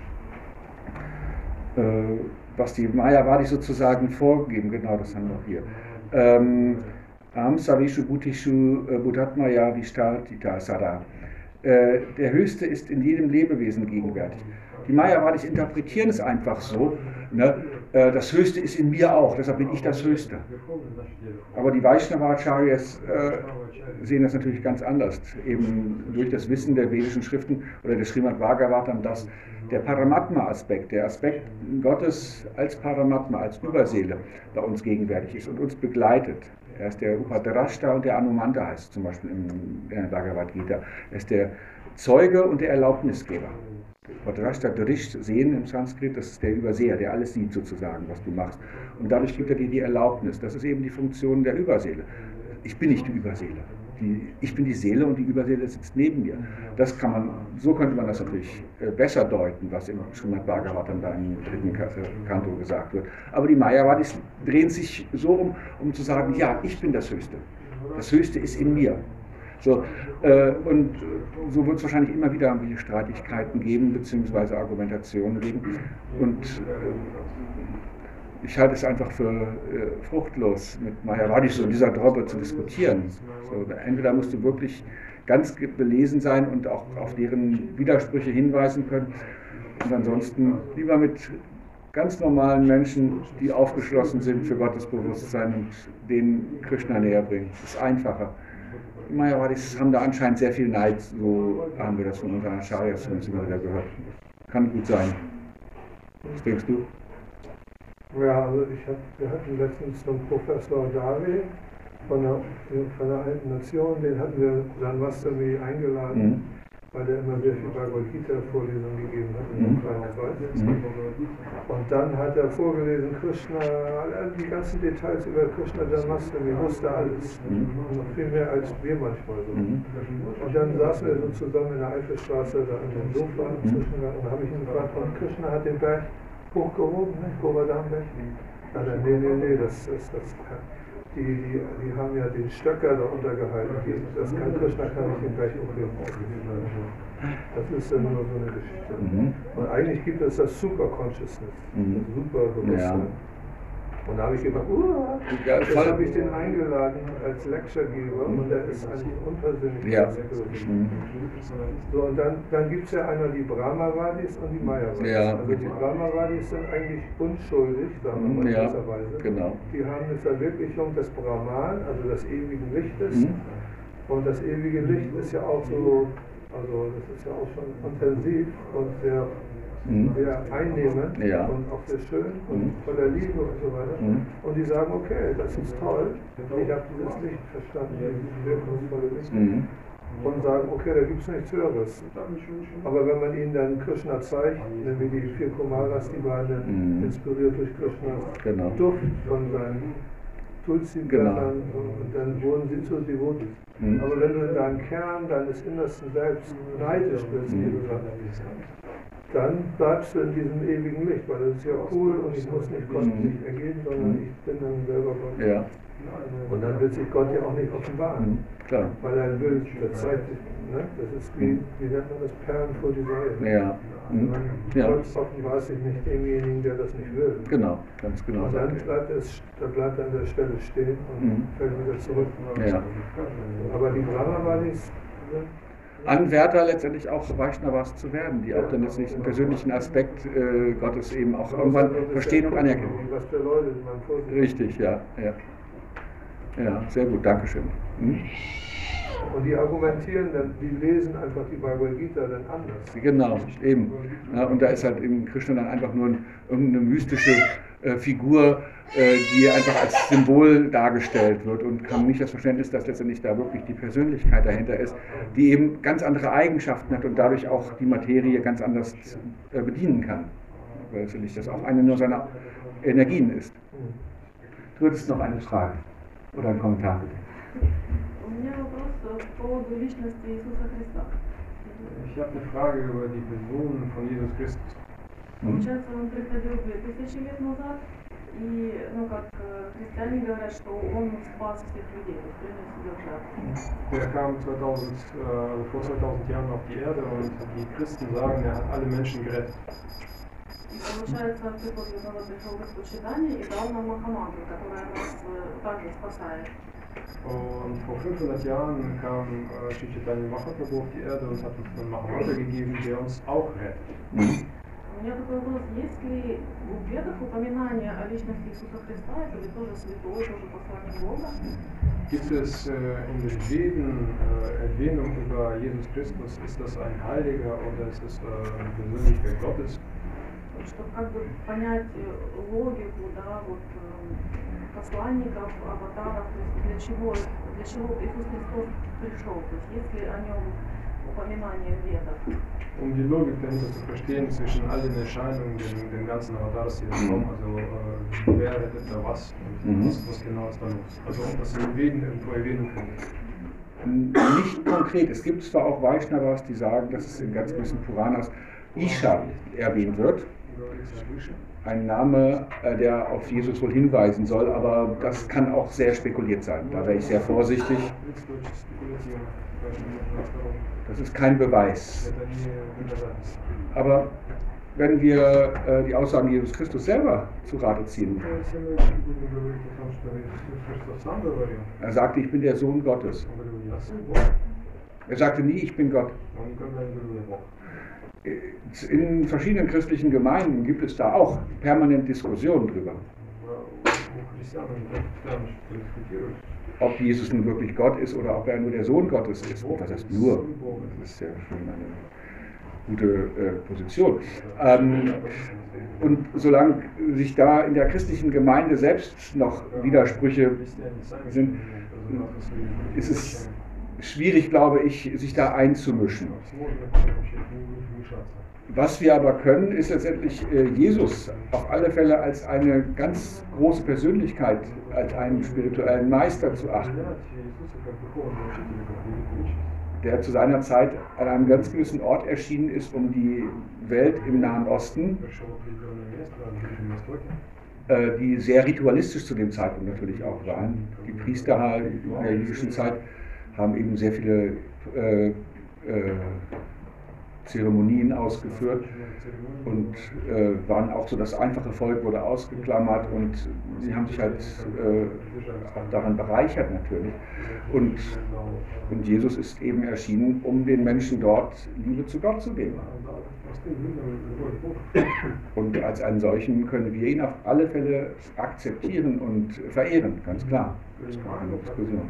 Was die Mayavadis sozusagen vorgeben, genau, das haben wir hier. Am Savishu Bhutishu Buddhatmaya Vishtatita Sada. Der Höchste ist in jedem Lebewesen gegenwärtig. Die Mayavadis interpretieren es einfach so, ne? Das Höchste ist in mir auch, deshalb bin ich das Höchste. Aber die Vaishnava-Acharyas sehen das natürlich ganz anders, eben durch das Wissen der vedischen Schriften oder des Srimad Bhagavatam, dass der Paramatma-Aspekt, der Aspekt Gottes als Paramatma, als Überseele bei uns gegenwärtig ist und uns begleitet. Er ist der Upadrashta und der Anumanta, heißt zum Beispiel in der Bhagavad Gita. Er ist der Zeuge und der Erlaubnisgeber. Upadrashta, Drish, sehen im Sanskrit, das ist der Überseher, der alles sieht sozusagen, was du machst. Und dadurch gibt er dir die Erlaubnis. Das ist eben die Funktion der Überseele. Ich bin nicht die Überseele. Ich bin die Seele und die Überseele sitzt neben mir. So könnte man das natürlich besser deuten, was im Srimad Bhagavatam da im dritten Kanto gesagt wird. Aber die Mayavadis drehen sich so um zu sagen, ja, ich bin das Höchste. Das Höchste ist in mir. So, und so wird es wahrscheinlich immer wieder irgendwelche Streitigkeiten geben, beziehungsweise Argumentationen geben. Und ich halte es einfach für fruchtlos, mit Mayavadis so in dieser Droppe zu diskutieren. So, entweder musst du wirklich ganz belesen sein und auch auf deren Widersprüche hinweisen können. Und ansonsten lieber mit ganz normalen Menschen, die aufgeschlossen sind für Gottes Bewusstsein und denen Krishna näher bringen. Das ist einfacher. Die Mayavadis haben da anscheinend sehr viel Neid, so haben wir das von unseren Acharyas zumindest immer wieder gehört. Kann gut sein. Was denkst du? Ja, also wir hatten letztens so einen Professor Dave von der Alten Nation, den hatten wir Janmashtami eingeladen, weil der immer sehr viel Bhagavad Gita Vorlesungen gegeben hat in dem kleinen Kreis. Und dann hat er vorgelesen, Krishna, die ganzen Details über Krishna Janmashtami, wusste alles. Noch viel mehr als wir manchmal so. Und dann saßen wir so zusammen in der Eifelstraße da an dem Sofa und da habe ich ihn gefragt, und Krishna hat den Berg hochgehoben, ne? Govardhan-Berg. Also nee, die haben ja den Stöcker da untergehalten. Das kann Krishna kann nicht den Berg hochheben. Das ist ja nur so eine Geschichte. Und eigentlich gibt es das Super Consciousness, das Super Bewusstsein. Und da habe ich gedacht, Ja, jetzt voll. habe ich den eingeladen als Lecturegeber und der ist eigentlich unpersönlich. So, und dann gibt es ja einmal die Brahmawadis und die Mayavadis. Ja. Also die Brahmawadis sind eigentlich unschuldig, sagen wir mal Ja, gewisserweise. genau. Die haben eine Verwirklichung des Brahman, also des ewigen Lichtes. Und das ewige Licht ist ja auch so, also das ist ja auch schon intensiv und sehr einnehmend und auch sehr schön und voller Liebe und so weiter. Und die sagen, okay, das ist toll, ich habe dieses Licht verstanden, dieses wirkungsvolle Licht. Und sagen, okay, da gibt es nichts Höheres. Aber wenn man ihnen dann Krishna zeigt, wie die 4 Kumaras, die waren dann inspiriert durch Krishnas Duft von seinen Tulsi-Blättern und dann wurden sie zu Devotis. Aber wenn du in deinem Kern deines innersten Selbst neidisch bist, wie du sagst, dann bleibst du in diesem ewigen Licht, weil das ist ja cool und ich muss nicht Gott nicht ergeben, sondern ich bin dann selber Gott. Ja. Und dann wird sich Gott ja auch nicht offenbaren, Klar. weil er will, der zeigt sich, ne? Das ist wie nennt man das, Perlen vor die Säule. Ja. Gott offenbart sich nicht demjenigen, der das nicht will. Genau, ganz genau. Und dann bleibt er an der Stelle stehen und fällt wieder zurück. Ja. Aber die Brahmawadis, Anwärter letztendlich auch Vaishnavas zu werden, die auch dann jetzt nicht den persönlichen Aspekt Gottes eben auch irgendwann verstehen und anerkennen. Was für Leute man vor sich hat. Richtig, ja. Ja, sehr gut, Dankeschön. Und die argumentieren dann, die lesen einfach die Bhagavad Gita dann anders. Genau, eben. Ja, und da ist halt eben Krishna dann einfach nur irgendeine mystische Figur, die einfach als Symbol dargestellt wird und haben nicht das Verständnis, dass letztendlich da wirklich die Persönlichkeit dahinter ist, die eben ganz andere Eigenschaften hat und dadurch auch die Materie ganz anders bedienen kann. Weil letztendlich das auch eine nur seiner Energien ist. Du hattest noch eine Frage oder einen Kommentar bitte. У меня вопрос по поводу личности Иисуса Христа. Ich habe eine Frage über die Person von Jesus Christus. Получается, он приходил 2000 лет назад, и, как христиане говорят, что он спас всех людей, то есть принес себя в жертву. Der kam vor 2000 Jahren auf die Erde und die Christen sagen, er hat alle Menschen gerettet. И получается, приход Иисуса пришел в исповедание и дал нам Махамантру, которая нас также спасает. Und vor 500 Jahren kam Sri Chaitanya Mahaprabhu auf die Erde und hat uns einen Mahamantra gegeben, der uns auch rettet. У меня такой вопрос, есть ли в Ведах упоминание о личности Иисуса Христа, это ли тоже святой, тоже посланник Бога? Gibt es in den Veden Erwähnung über Jesus Christus? Ist das ein Heiliger oder ist es eine Persönlichkeit Gottes? Чтобы как бы понять логику, да, вот посланников, аватаров, то есть для чего Иисус Христос пришел, то есть есть ли о нем упоминание в Ведах? Um die Logik dahinter zu verstehen zwischen all den Erscheinungen, den ganzen Avatars, die jetzt kommen, also wer rettet da was und was genau ist da los? Also ob das in den Veden irgendwo Erwähnung findet. Nicht konkret. Es gibt zwar auch Vaishnavas, die sagen, dass es in ganz gewissen Puranas Isha erwähnt wird. Ein Name, der auf Jesus wohl hinweisen soll, aber das kann auch sehr spekuliert sein. Da wäre ich sehr vorsichtig. Das ist kein Beweis. Aber wenn wir die Aussagen Jesus Christus selber zu Rate ziehen, er sagte, ich bin der Sohn Gottes. Er sagte nie, ich bin Gott. In verschiedenen christlichen Gemeinden gibt es da auch permanent Diskussionen drüber, ob Jesus nun wirklich Gott ist oder ob er nur der Sohn Gottes ist. Und was heißt nur? Das ist ja schon eine gute Position. Und solange sich da in der christlichen Gemeinde selbst noch Widersprüche sind, ist es schwierig, glaube ich, sich da einzumischen. Was wir aber können, ist letztendlich Jesus auf alle Fälle als eine ganz große Persönlichkeit, als einen spirituellen Meister zu achten, der zu seiner Zeit an einem ganz gewissen Ort erschienen ist, um die Welt im Nahen Osten, die sehr ritualistisch zu dem Zeitpunkt natürlich auch waren. Die Priester in der jüdischen Zeit haben eben sehr viele Zeremonien ausgeführt und waren auch so, das einfache Volk wurde ausgeklammert und sie haben sich halt auch daran bereichert natürlich. Und Jesus ist eben erschienen, um den Menschen dort Liebe zu Gott zu geben. Und als einen solchen können wir ihn auf alle Fälle akzeptieren und verehren, ganz klar. Das ist keine Diskussion.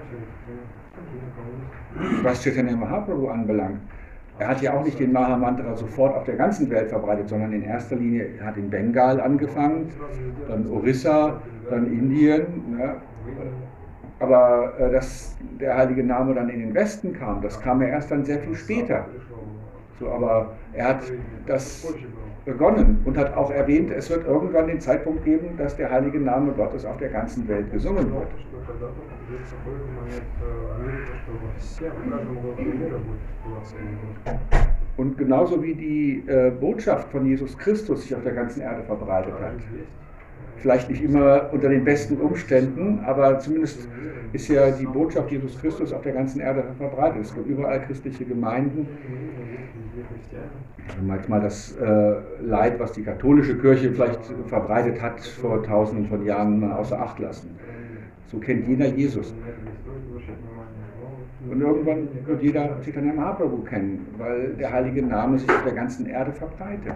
Was Chaitanya Mahaprabhu anbelangt, er hat ja auch nicht den Mahamantra sofort auf der ganzen Welt verbreitet, sondern in erster Linie hat in Bengal angefangen, dann Orissa, dann Indien. Ne? Aber dass der heilige Name dann in den Westen kam, das kam ja erst dann sehr viel später. So, aber er hat das begonnen und hat auch erwähnt, es wird irgendwann den Zeitpunkt geben, dass der heilige Name Gottes auf der ganzen Welt gesungen wird. Und genauso wie die Botschaft von Jesus Christus sich auf der ganzen Erde verbreitet hat. Vielleicht nicht immer unter den besten Umständen, aber zumindest ist ja die Botschaft Jesus Christus auf der ganzen Erde verbreitet. Es gibt überall christliche Gemeinden. Wenn man jetzt mal das Leid, was die katholische Kirche vielleicht verbreitet hat, vor Tausenden von Jahren mal außer Acht lassen. So kennt jeder Jesus. Und irgendwann wird jeder Chaitanya Mahaprabhu kennen, weil der heilige Name sich auf der ganzen Erde verbreitet.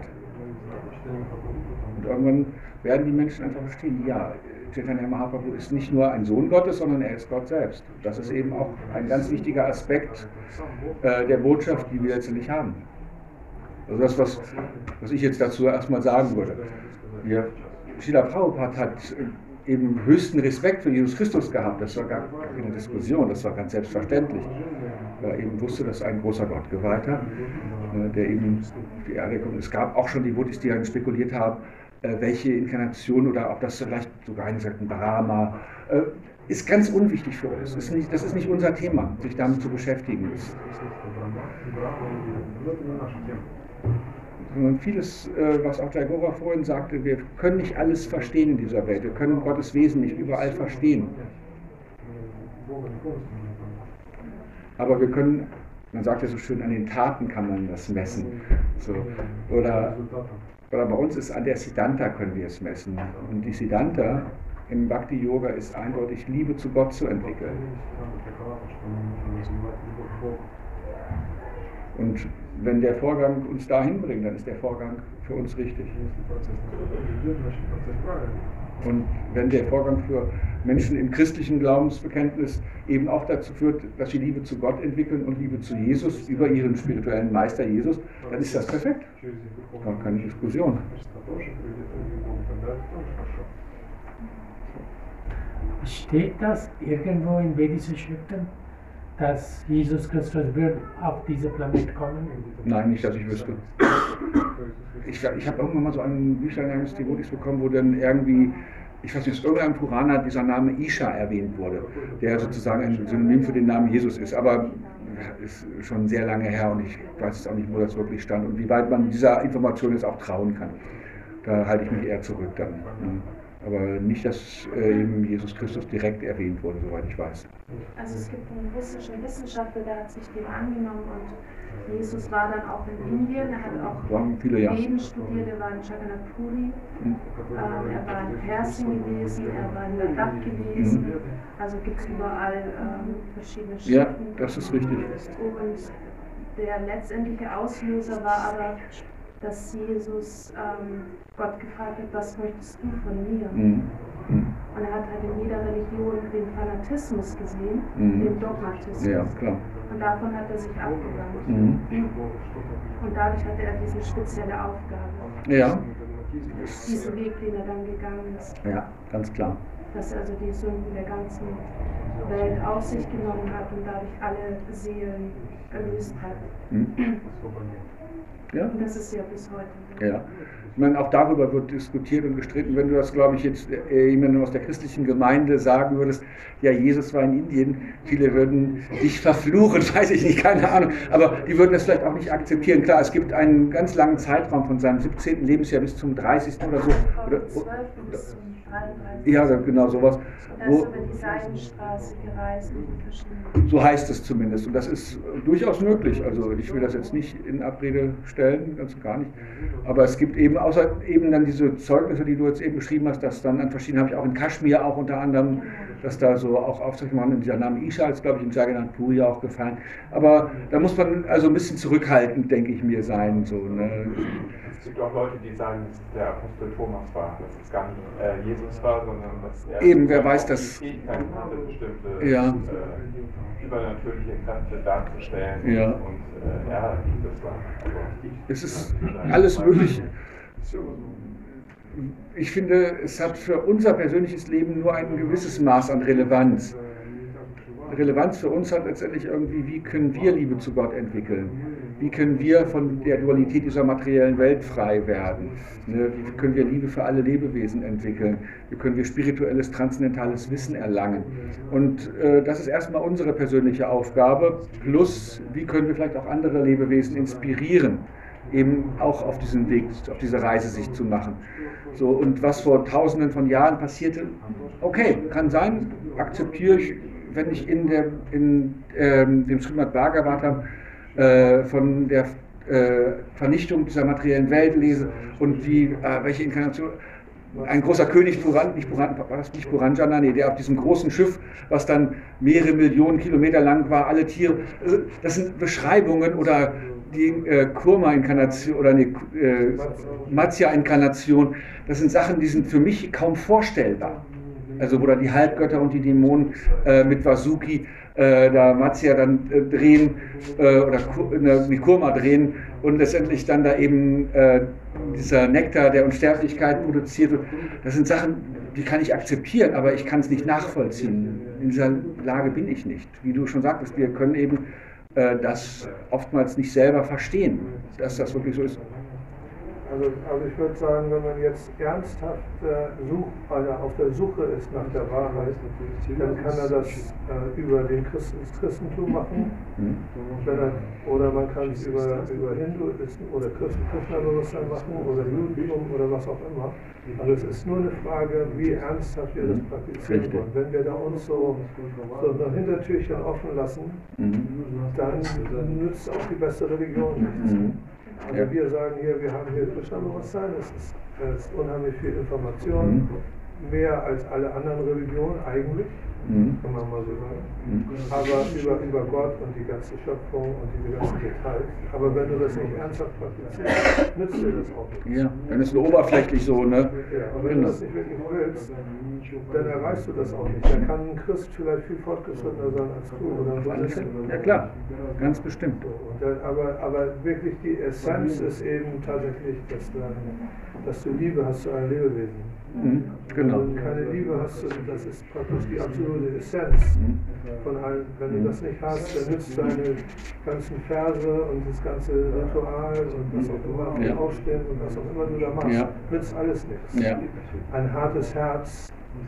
Und irgendwann werden die Menschen einfach verstehen, ja, Chaitanya Mahaprabhu ist nicht nur ein Sohn Gottes, sondern er ist Gott selbst. Das ist eben auch ein ganz wichtiger Aspekt der Botschaft, die wir letztendlich haben. Also das, was ich jetzt dazu erstmal sagen würde. Srila Prabhupada hat eben höchsten Respekt für Jesus Christus gehabt, das war gar keine Diskussion, das war ganz selbstverständlich. Er eben wusste, dass ein großer Gottgeweihter, der eben auf die Erde kommt. Es gab auch schon die Buddhisten, die dann spekuliert haben, welche Inkarnation oder ob das vielleicht sogar ein Brahma, ist ganz unwichtig für uns. Das ist nicht unser Thema, sich damit zu beschäftigen. Und vieles, was auch der Gora vorhin sagte, wir können nicht alles verstehen in dieser Welt. Wir können Gottes Wesen nicht überall verstehen. Aber wir können, man sagt ja so schön, an den Taten kann man das messen. So. Oder bei uns ist an der Siddhanta können wir es messen. Und die Siddhanta im Bhakti-Yoga ist eindeutig Liebe zu Gott zu entwickeln. Und wenn der Vorgang uns dahin bringt, dann ist der Vorgang für uns richtig. Und wenn der Vorgang für Menschen im christlichen Glaubensbekenntnis eben auch dazu führt, dass sie Liebe zu Gott entwickeln und Liebe zu Jesus über ihren spirituellen Meister Jesus, dann ist das perfekt. Gar keine Diskussion. Steht das irgendwo in vedischen Schriften, dass Jesus Christus wird auf diesen Planet kommen? Nein, nicht, dass ich wüsste. Ich habe irgendwann mal so ein Büchlein eines Devotis bekommen, wo dann irgendwie, ich weiß nicht, aus irgendeinem Purana dieser Name Isha erwähnt wurde, der sozusagen ein Synonym für den Namen Jesus ist. Aber ist schon sehr lange her und ich weiß jetzt auch nicht, wo das wirklich stand und wie weit man dieser Information jetzt auch trauen kann. Da halte ich mich eher zurück dann. Aber nicht, dass eben Jesus Christus direkt erwähnt wurde, soweit ich weiß. Also es gibt einen russischen Wissenschaftler, der hat sich dem angenommen und Jesus war dann auch in Indien, er hat auch Veden studiert, er war in Jagannath-Puri, er war in Persien gewesen, er war in Ladakh gewesen, also gibt es überall verschiedene Schriften. Ja, das ist richtig. Und der letztendliche Auslöser war aber, dass Jesus Gott gefragt hat, was möchtest du von mir? Und er hat halt in jeder Religion den Fanatismus gesehen, den Dogmatismus. Ja, klar. Und davon hat er sich abgewandt. Und dadurch hatte er diese spezielle Aufgabe. Ja. Diesen Weg, den er dann gegangen ist. Ja, ganz klar. Dass er also die Sünden der ganzen Welt auf sich genommen hat und dadurch alle Seelen erlöst hat. Ja. Und das ist ja bis heute so. Ja. Ich meine, auch darüber wird diskutiert und gestritten. Wenn du das, glaube ich, jetzt jemandem aus der christlichen Gemeinde sagen würdest, ja, Jesus war in Indien, viele würden dich verfluchen, weiß ich nicht, keine Ahnung. Aber die würden das vielleicht auch nicht akzeptieren. Klar, es gibt einen ganz langen Zeitraum von seinem 17. Lebensjahr bis zum 30. oder so. 33. Ja, genau sowas. Da ist über die Seidenstraße gereist durch die verschiedenen. So heißt es zumindest. Und das ist durchaus möglich. Also ich will das jetzt nicht in Abrede stellen, ganz und gar nicht. Aber es gibt eben außer eben dann diese Zeugnisse, die du jetzt eben beschrieben hast, dass dann an verschiedenen, habe ich auch in Kaschmir auch unter anderem, dass da so auch Aufzeichnungen waren. Dieser Name Isha ist, glaube ich, in Jagannath Puri auch gefallen. Aber da muss man also ein bisschen zurückhaltend, denke ich mir, sein. So, ne? Es gibt auch Leute, die sagen, dass es der Apostel Thomas war, dass es gar nicht Jesus war, sondern dass er eben, wer weiß das. Fähigkeiten hatte, bestimmte Ja. Übernatürliche Kräfte darzustellen Ja. und er das war. Es ist alles möglich. Ich finde, es hat für unser persönliches Leben nur ein gewisses Maß an Relevanz. Relevanz für uns hat letztendlich irgendwie, wie können wir Liebe zu Gott entwickeln? Wie können wir von der Dualität dieser materiellen Welt frei werden? Ne? Wie können wir Liebe für alle Lebewesen entwickeln? Wie können wir spirituelles, transzendentales Wissen erlangen? Und das ist erstmal unsere persönliche Aufgabe. Plus, wie können wir vielleicht auch andere Lebewesen inspirieren, eben auch auf diesen Weg, auf diese Reise sich zu machen. So, und was vor Tausenden von Jahren passierte, okay, kann sein, akzeptiere ich, wenn ich in dem Srimad Bhagavatam von der Vernichtung dieser materiellen Welt lese und welche Inkarnation, ein großer König, war das nicht Puranjana, nee, der auf diesem großen Schiff, was dann mehrere Millionen Kilometer lang war, alle Tiere, das sind Beschreibungen oder die Kurma-Inkarnation oder eine Matsya-Inkarnation, das sind Sachen, die sind für mich kaum vorstellbar. Also wo da die Halbgötter und die Dämonen mit Vasuki da Matsya dann drehen oder die Kurma drehen und letztendlich dann da eben dieser Nektar der Unsterblichkeit produziert wird. Das sind Sachen, die kann ich akzeptieren, aber ich kann es nicht nachvollziehen. In dieser Lage bin ich nicht. Wie du schon sagtest, wir können eben das oftmals nicht selber verstehen, dass das wirklich so ist. Also ich würde sagen, wenn man jetzt ernsthaft auf der Suche ist nach der Wahrheit, dann kann er das über das Christentum machen, oder man kann es über Hinduismus oder Krishna-Bewusstsein machen oder Judentum oder was auch immer. Also es ist nur eine Frage, wie ernsthaft wir das praktizieren wollen. Wenn wir da uns so ein Hintertürchen offen lassen, dann nützt auch die beste Religion nichts. Also wir sagen hier, wir haben hier Krishna-Bewusstsein, es ist unheimlich viel Information, mehr als alle anderen Religionen eigentlich, kann man mal so sagen. Aber über Gott und die ganze Schöpfung und diese ganzen Details. Aber wenn du das nicht ernsthaft praktizierst, nützt dir das auch nicht. Ja, dann ist es nur oberflächlich so, ne? Ja, und wenn du das nicht wirklich willst, dann erreichst du das auch nicht. Dann kann ein Christ vielleicht viel fortgeschrittener sein als du oder ein Buddhist. Ja klar, ganz bestimmt. Aber wirklich die Essenz ist eben tatsächlich, dass du Liebe hast zu allen Lebewesen. Genau. Wenn du keine Liebe hast, das ist praktisch die absolute Essenz von allen. Wenn du das nicht hast, dann nützt deine ganzen Verse und das ganze Ritual und was auch immer, Aufstehen und was auch immer du da machst, nützt alles nichts. Ja. Ein hartes Herz,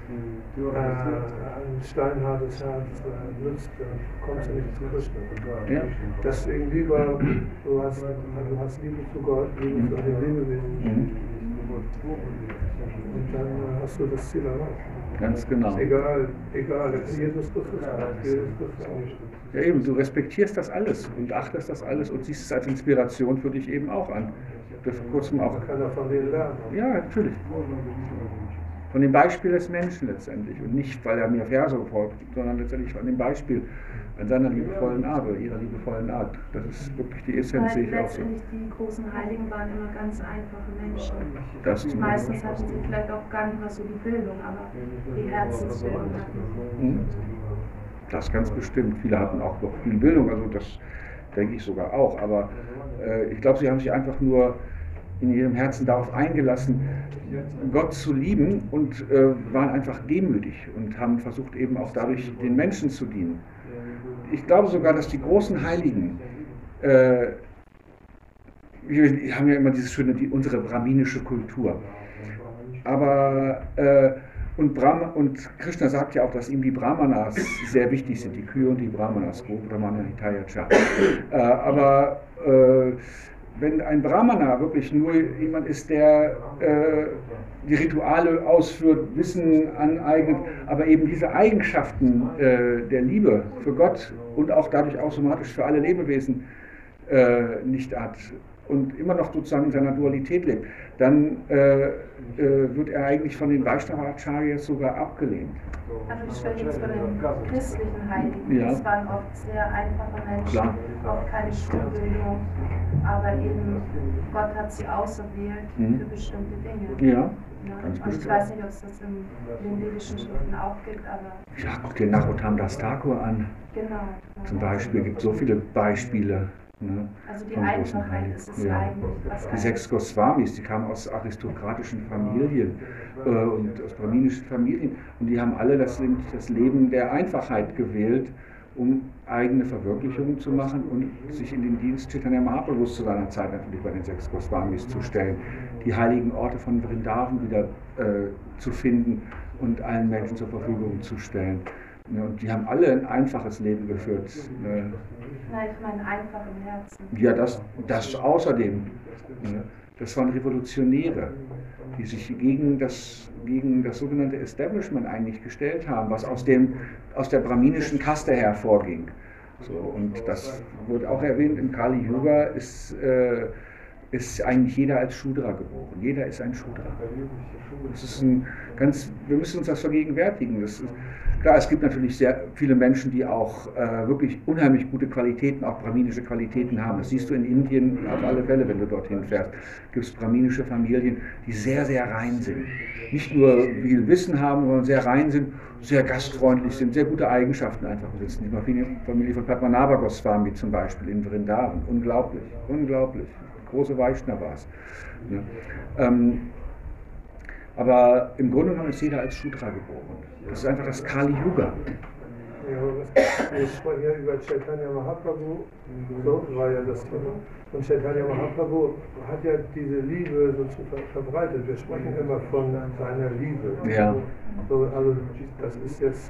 ein steinhartes Herz nützt, dann kommst du nicht zu Krishna. Ja. Deswegen lieber, du hast Liebe zu Gott, Liebe zu den Lebewesen. Und dann hast du das Ziel erreicht. Ganz genau. Egal, Jesus Christus. Ja eben, du respektierst das alles und achtest das alles und siehst es als Inspiration für dich eben auch an. Vor kurzem auch. Man kann ja von denen lernen. Ja, natürlich. Von dem Beispiel des Menschen letztendlich und nicht, weil er mir Verse folgt, sondern letztendlich von dem Beispiel an seiner liebevollen Art oder ihrer liebevollen Art. Das ist wirklich die Essenz, sehe ich auch so. Letztendlich die großen Heiligen waren immer ganz einfache Menschen. Das Meistens hatten sie vielleicht auch gar nicht mal so die Bildung, aber die Herzensbildung hatten sie. Das ganz bestimmt. Viele hatten auch noch viel Bildung, also das denke ich sogar auch. Aber ich glaube, sie haben sich einfach nur in ihrem Herzen darauf eingelassen, Gott zu lieben und waren einfach demütig und haben versucht eben auch dadurch den Menschen zu dienen. Ich glaube sogar, dass die großen Heiligen, wir haben ja immer dieses schöne, unsere brahminische Kultur, aber und Krishna sagt ja auch, dass ihm die Brahmanas sehr wichtig sind, die Kühe und die Brahmanas, Brahmana Hitaya Cha. Aber wenn ein Brahmana wirklich nur jemand ist, der die Rituale ausführt, Wissen aneignet, aber eben diese Eigenschaften der Liebe für Gott und auch dadurch automatisch für alle Lebewesen nicht hat und immer noch sozusagen in seiner Dualität lebt, dann wird er eigentlich von den Vaishnava-Acharyas sogar abgelehnt. Also ich spreche jetzt von den christlichen Heiligen. Ja. Das waren oft sehr einfache Menschen, Klar. auch keine Schulbildung, aber eben Gott hat sie auserwählt für bestimmte Dinge. Ja. Ja. Ganz Und ich bestimmt. weiß nicht, ob es das in den vedischen Schriften auch gibt, aber Ja, guck dir Narottam Das Thakur an. genau. Zum Beispiel gibt es so viele Beispiele. Ne, Also die von großen Einfachheit Heiligen. ist es Ja. eigentlich, was Die 6 Goswamis, die kamen aus aristokratischen Familien und aus brahminischen Familien. Und die haben alle das Leben der Einfachheit gewählt, um eigene Verwirklichungen zu machen und sich in den Dienst Chaitanya Mahaprabhus zu seiner Zeit natürlich bei den 6 Goswamis zu stellen, die heiligen Orte von Vrindavan wieder zu finden und allen Menschen zur Verfügung zu stellen. Ne, und die haben alle ein einfaches Leben geführt. Ne. Nein, ich meine einfach im Herzen. Ja, das außerdem. Ne, das waren Revolutionäre, die sich gegen das sogenannte Establishment eigentlich gestellt haben, was aus der brahminischen Kaste hervorging. So, und das wird auch erwähnt, im Kali Yuga ist eigentlich jeder als Shudra geboren. Jeder ist ein Shudra. Das ist wir müssen uns das vergegenwärtigen. Klar, es gibt natürlich sehr viele Menschen, die auch wirklich unheimlich gute Qualitäten, auch brahminische Qualitäten haben. Das siehst du in Indien auf alle Fälle, wenn du dorthin fährst. Gibt es brahminische Familien, die sehr, sehr rein sind. Nicht nur viel Wissen haben, sondern sehr rein sind, sehr gastfreundlich sind, sehr gute Eigenschaften einfach besitzen. Die Familie von Padmanabha Goswami zum Beispiel in Vrindavan. Unglaublich, unglaublich. Große Vaishnavas. Ja. Aber im Grunde genommen ist jeder als Shudra geboren. Das ist einfach das Kali Yuga. Ja, wir sprechen ja über Chaitanya Mahaprabhu, so war ja das Thema. Und Chaitanya Mahaprabhu hat ja diese Liebe so verbreitet. Wir sprechen immer von seiner Liebe. Ja. So, also das ist jetzt,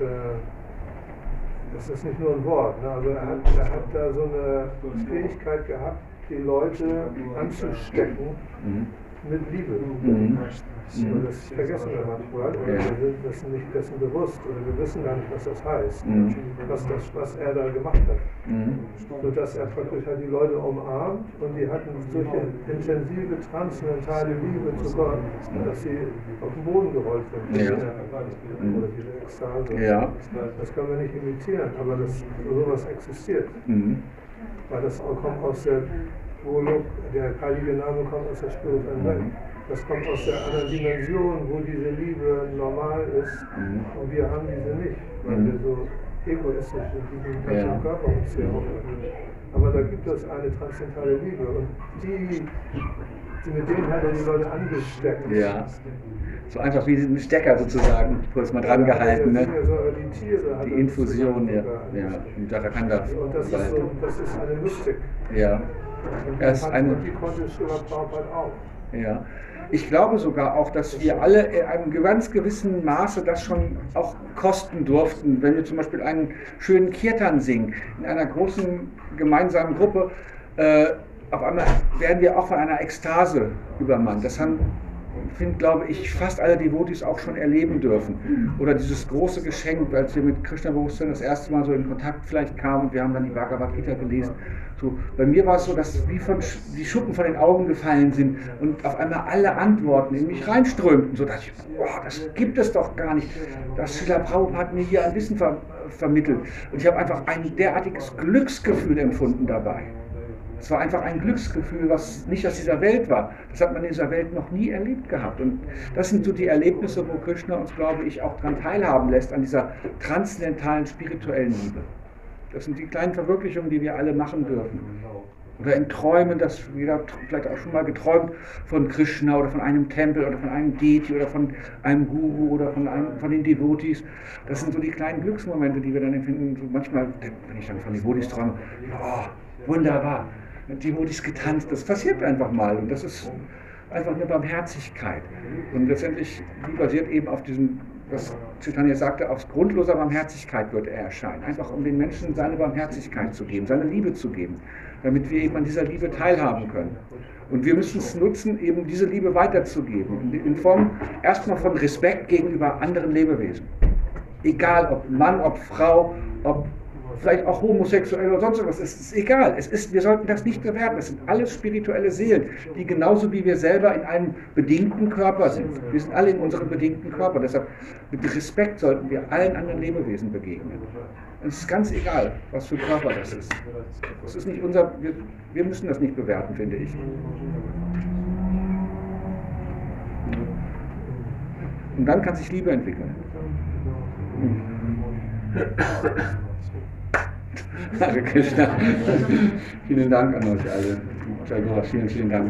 das ist nicht nur ein Wort. Ne? Also er hat da so eine Fähigkeit gehabt, die Leute anzustecken mit Liebe. Und das vergessen wir manchmal, oder wir sind das nicht dessen bewusst, oder wir wissen gar nicht, was das heißt, was er da gemacht hat. Sodass er praktisch hat die Leute umarmt und die hatten solche intensive, transzendentale Liebe zu Gott, dass sie auf den Boden gerollt sind. Ja. Oder diese Ekstase. Ja. Das können wir nicht imitieren, aber sowas existiert. Weil das kommt aus der heilige Name kommt aus der spirituellen Welt. Das kommt aus der anderen Dimension, wo diese Liebe normal ist und wir haben diese nicht, weil wir so egoistisch in diesem ganzen Körper uns hier aufhalten. Aber da gibt es eine transzendentale Liebe und mit denen hat er die Leute angesteckt. Ja. So einfach wie ein Stecker sozusagen, kurz mal dran gehalten. Ne? Die Tiere die Infusion, ja. Und da kann das. Und das ist eine Mystik. Ja. Und die konnte Srila Prabhupada auch. Ja. Ich glaube sogar auch, dass wir alle in einem ganz gewissen Maße das schon auch kosten durften, wenn wir zum Beispiel einen schönen Kirtan singen, in einer großen gemeinsamen Gruppe, auf einmal werden wir auch von einer Ekstase übermannt. Das haben, glaube ich, fast alle Devotees auch schon erleben dürfen. Oder dieses große Geschenk, als wir mit Krishna-Bewusstsein das erste Mal so in Kontakt vielleicht kamen und wir haben dann die Bhagavad Gita gelesen. So, bei mir war es so, dass wie die Schuppen von den Augen gefallen sind und auf einmal alle Antworten in mich reinströmten. So dachte ich, boah, das gibt es doch gar nicht. Das Srila Prabhupada hat mir hier ein Wissen vermittelt. Und ich habe einfach ein derartiges Glücksgefühl empfunden dabei. Es war einfach ein Glücksgefühl, was nicht aus dieser Welt war. Das hat man in dieser Welt noch nie erlebt gehabt. Und das sind so die Erlebnisse, wo Krishna uns, glaube ich, auch daran teilhaben lässt, an dieser transzendentalen spirituellen Liebe. Das sind die kleinen Verwirklichungen, die wir alle machen dürfen. Oder in Träumen, dass jeder vielleicht auch schon mal geträumt von Krishna oder von einem Tempel oder von einem Deity oder von einem Guru oder von den Devotees. Das sind so die kleinen Glücksmomente, die wir dann empfinden. So manchmal, wenn ich dann von Devotees träume, oh, wunderbar. Devotees getanzt, das passiert einfach mal und das ist einfach eine Barmherzigkeit und letztendlich die basiert eben auf diesem was Chaitanya sagte, aus grundloser Barmherzigkeit wird er erscheinen. Einfach um den Menschen seine Barmherzigkeit zu geben, seine Liebe zu geben, damit wir eben an dieser Liebe teilhaben können. Und wir müssen es nutzen, eben diese Liebe weiterzugeben, in Form erstmal von Respekt gegenüber anderen Lebewesen. Egal ob Mann, ob Frau, ob vielleicht auch homosexuell oder sonst was, es ist egal. Wir sollten das nicht bewerten. Es sind alles spirituelle Seelen, die genauso wie wir selber in einem bedingten Körper sind. Wir sind alle in unserem bedingten Körper. Deshalb mit Respekt sollten wir allen anderen Lebewesen begegnen. Es ist ganz egal, was für ein Körper das ist. Das ist nicht wir müssen das nicht bewerten, finde ich. Und dann kann sich Liebe entwickeln. Hare Krishna. Vielen Dank an euch alle. Jai Guru, vielen, vielen Dank.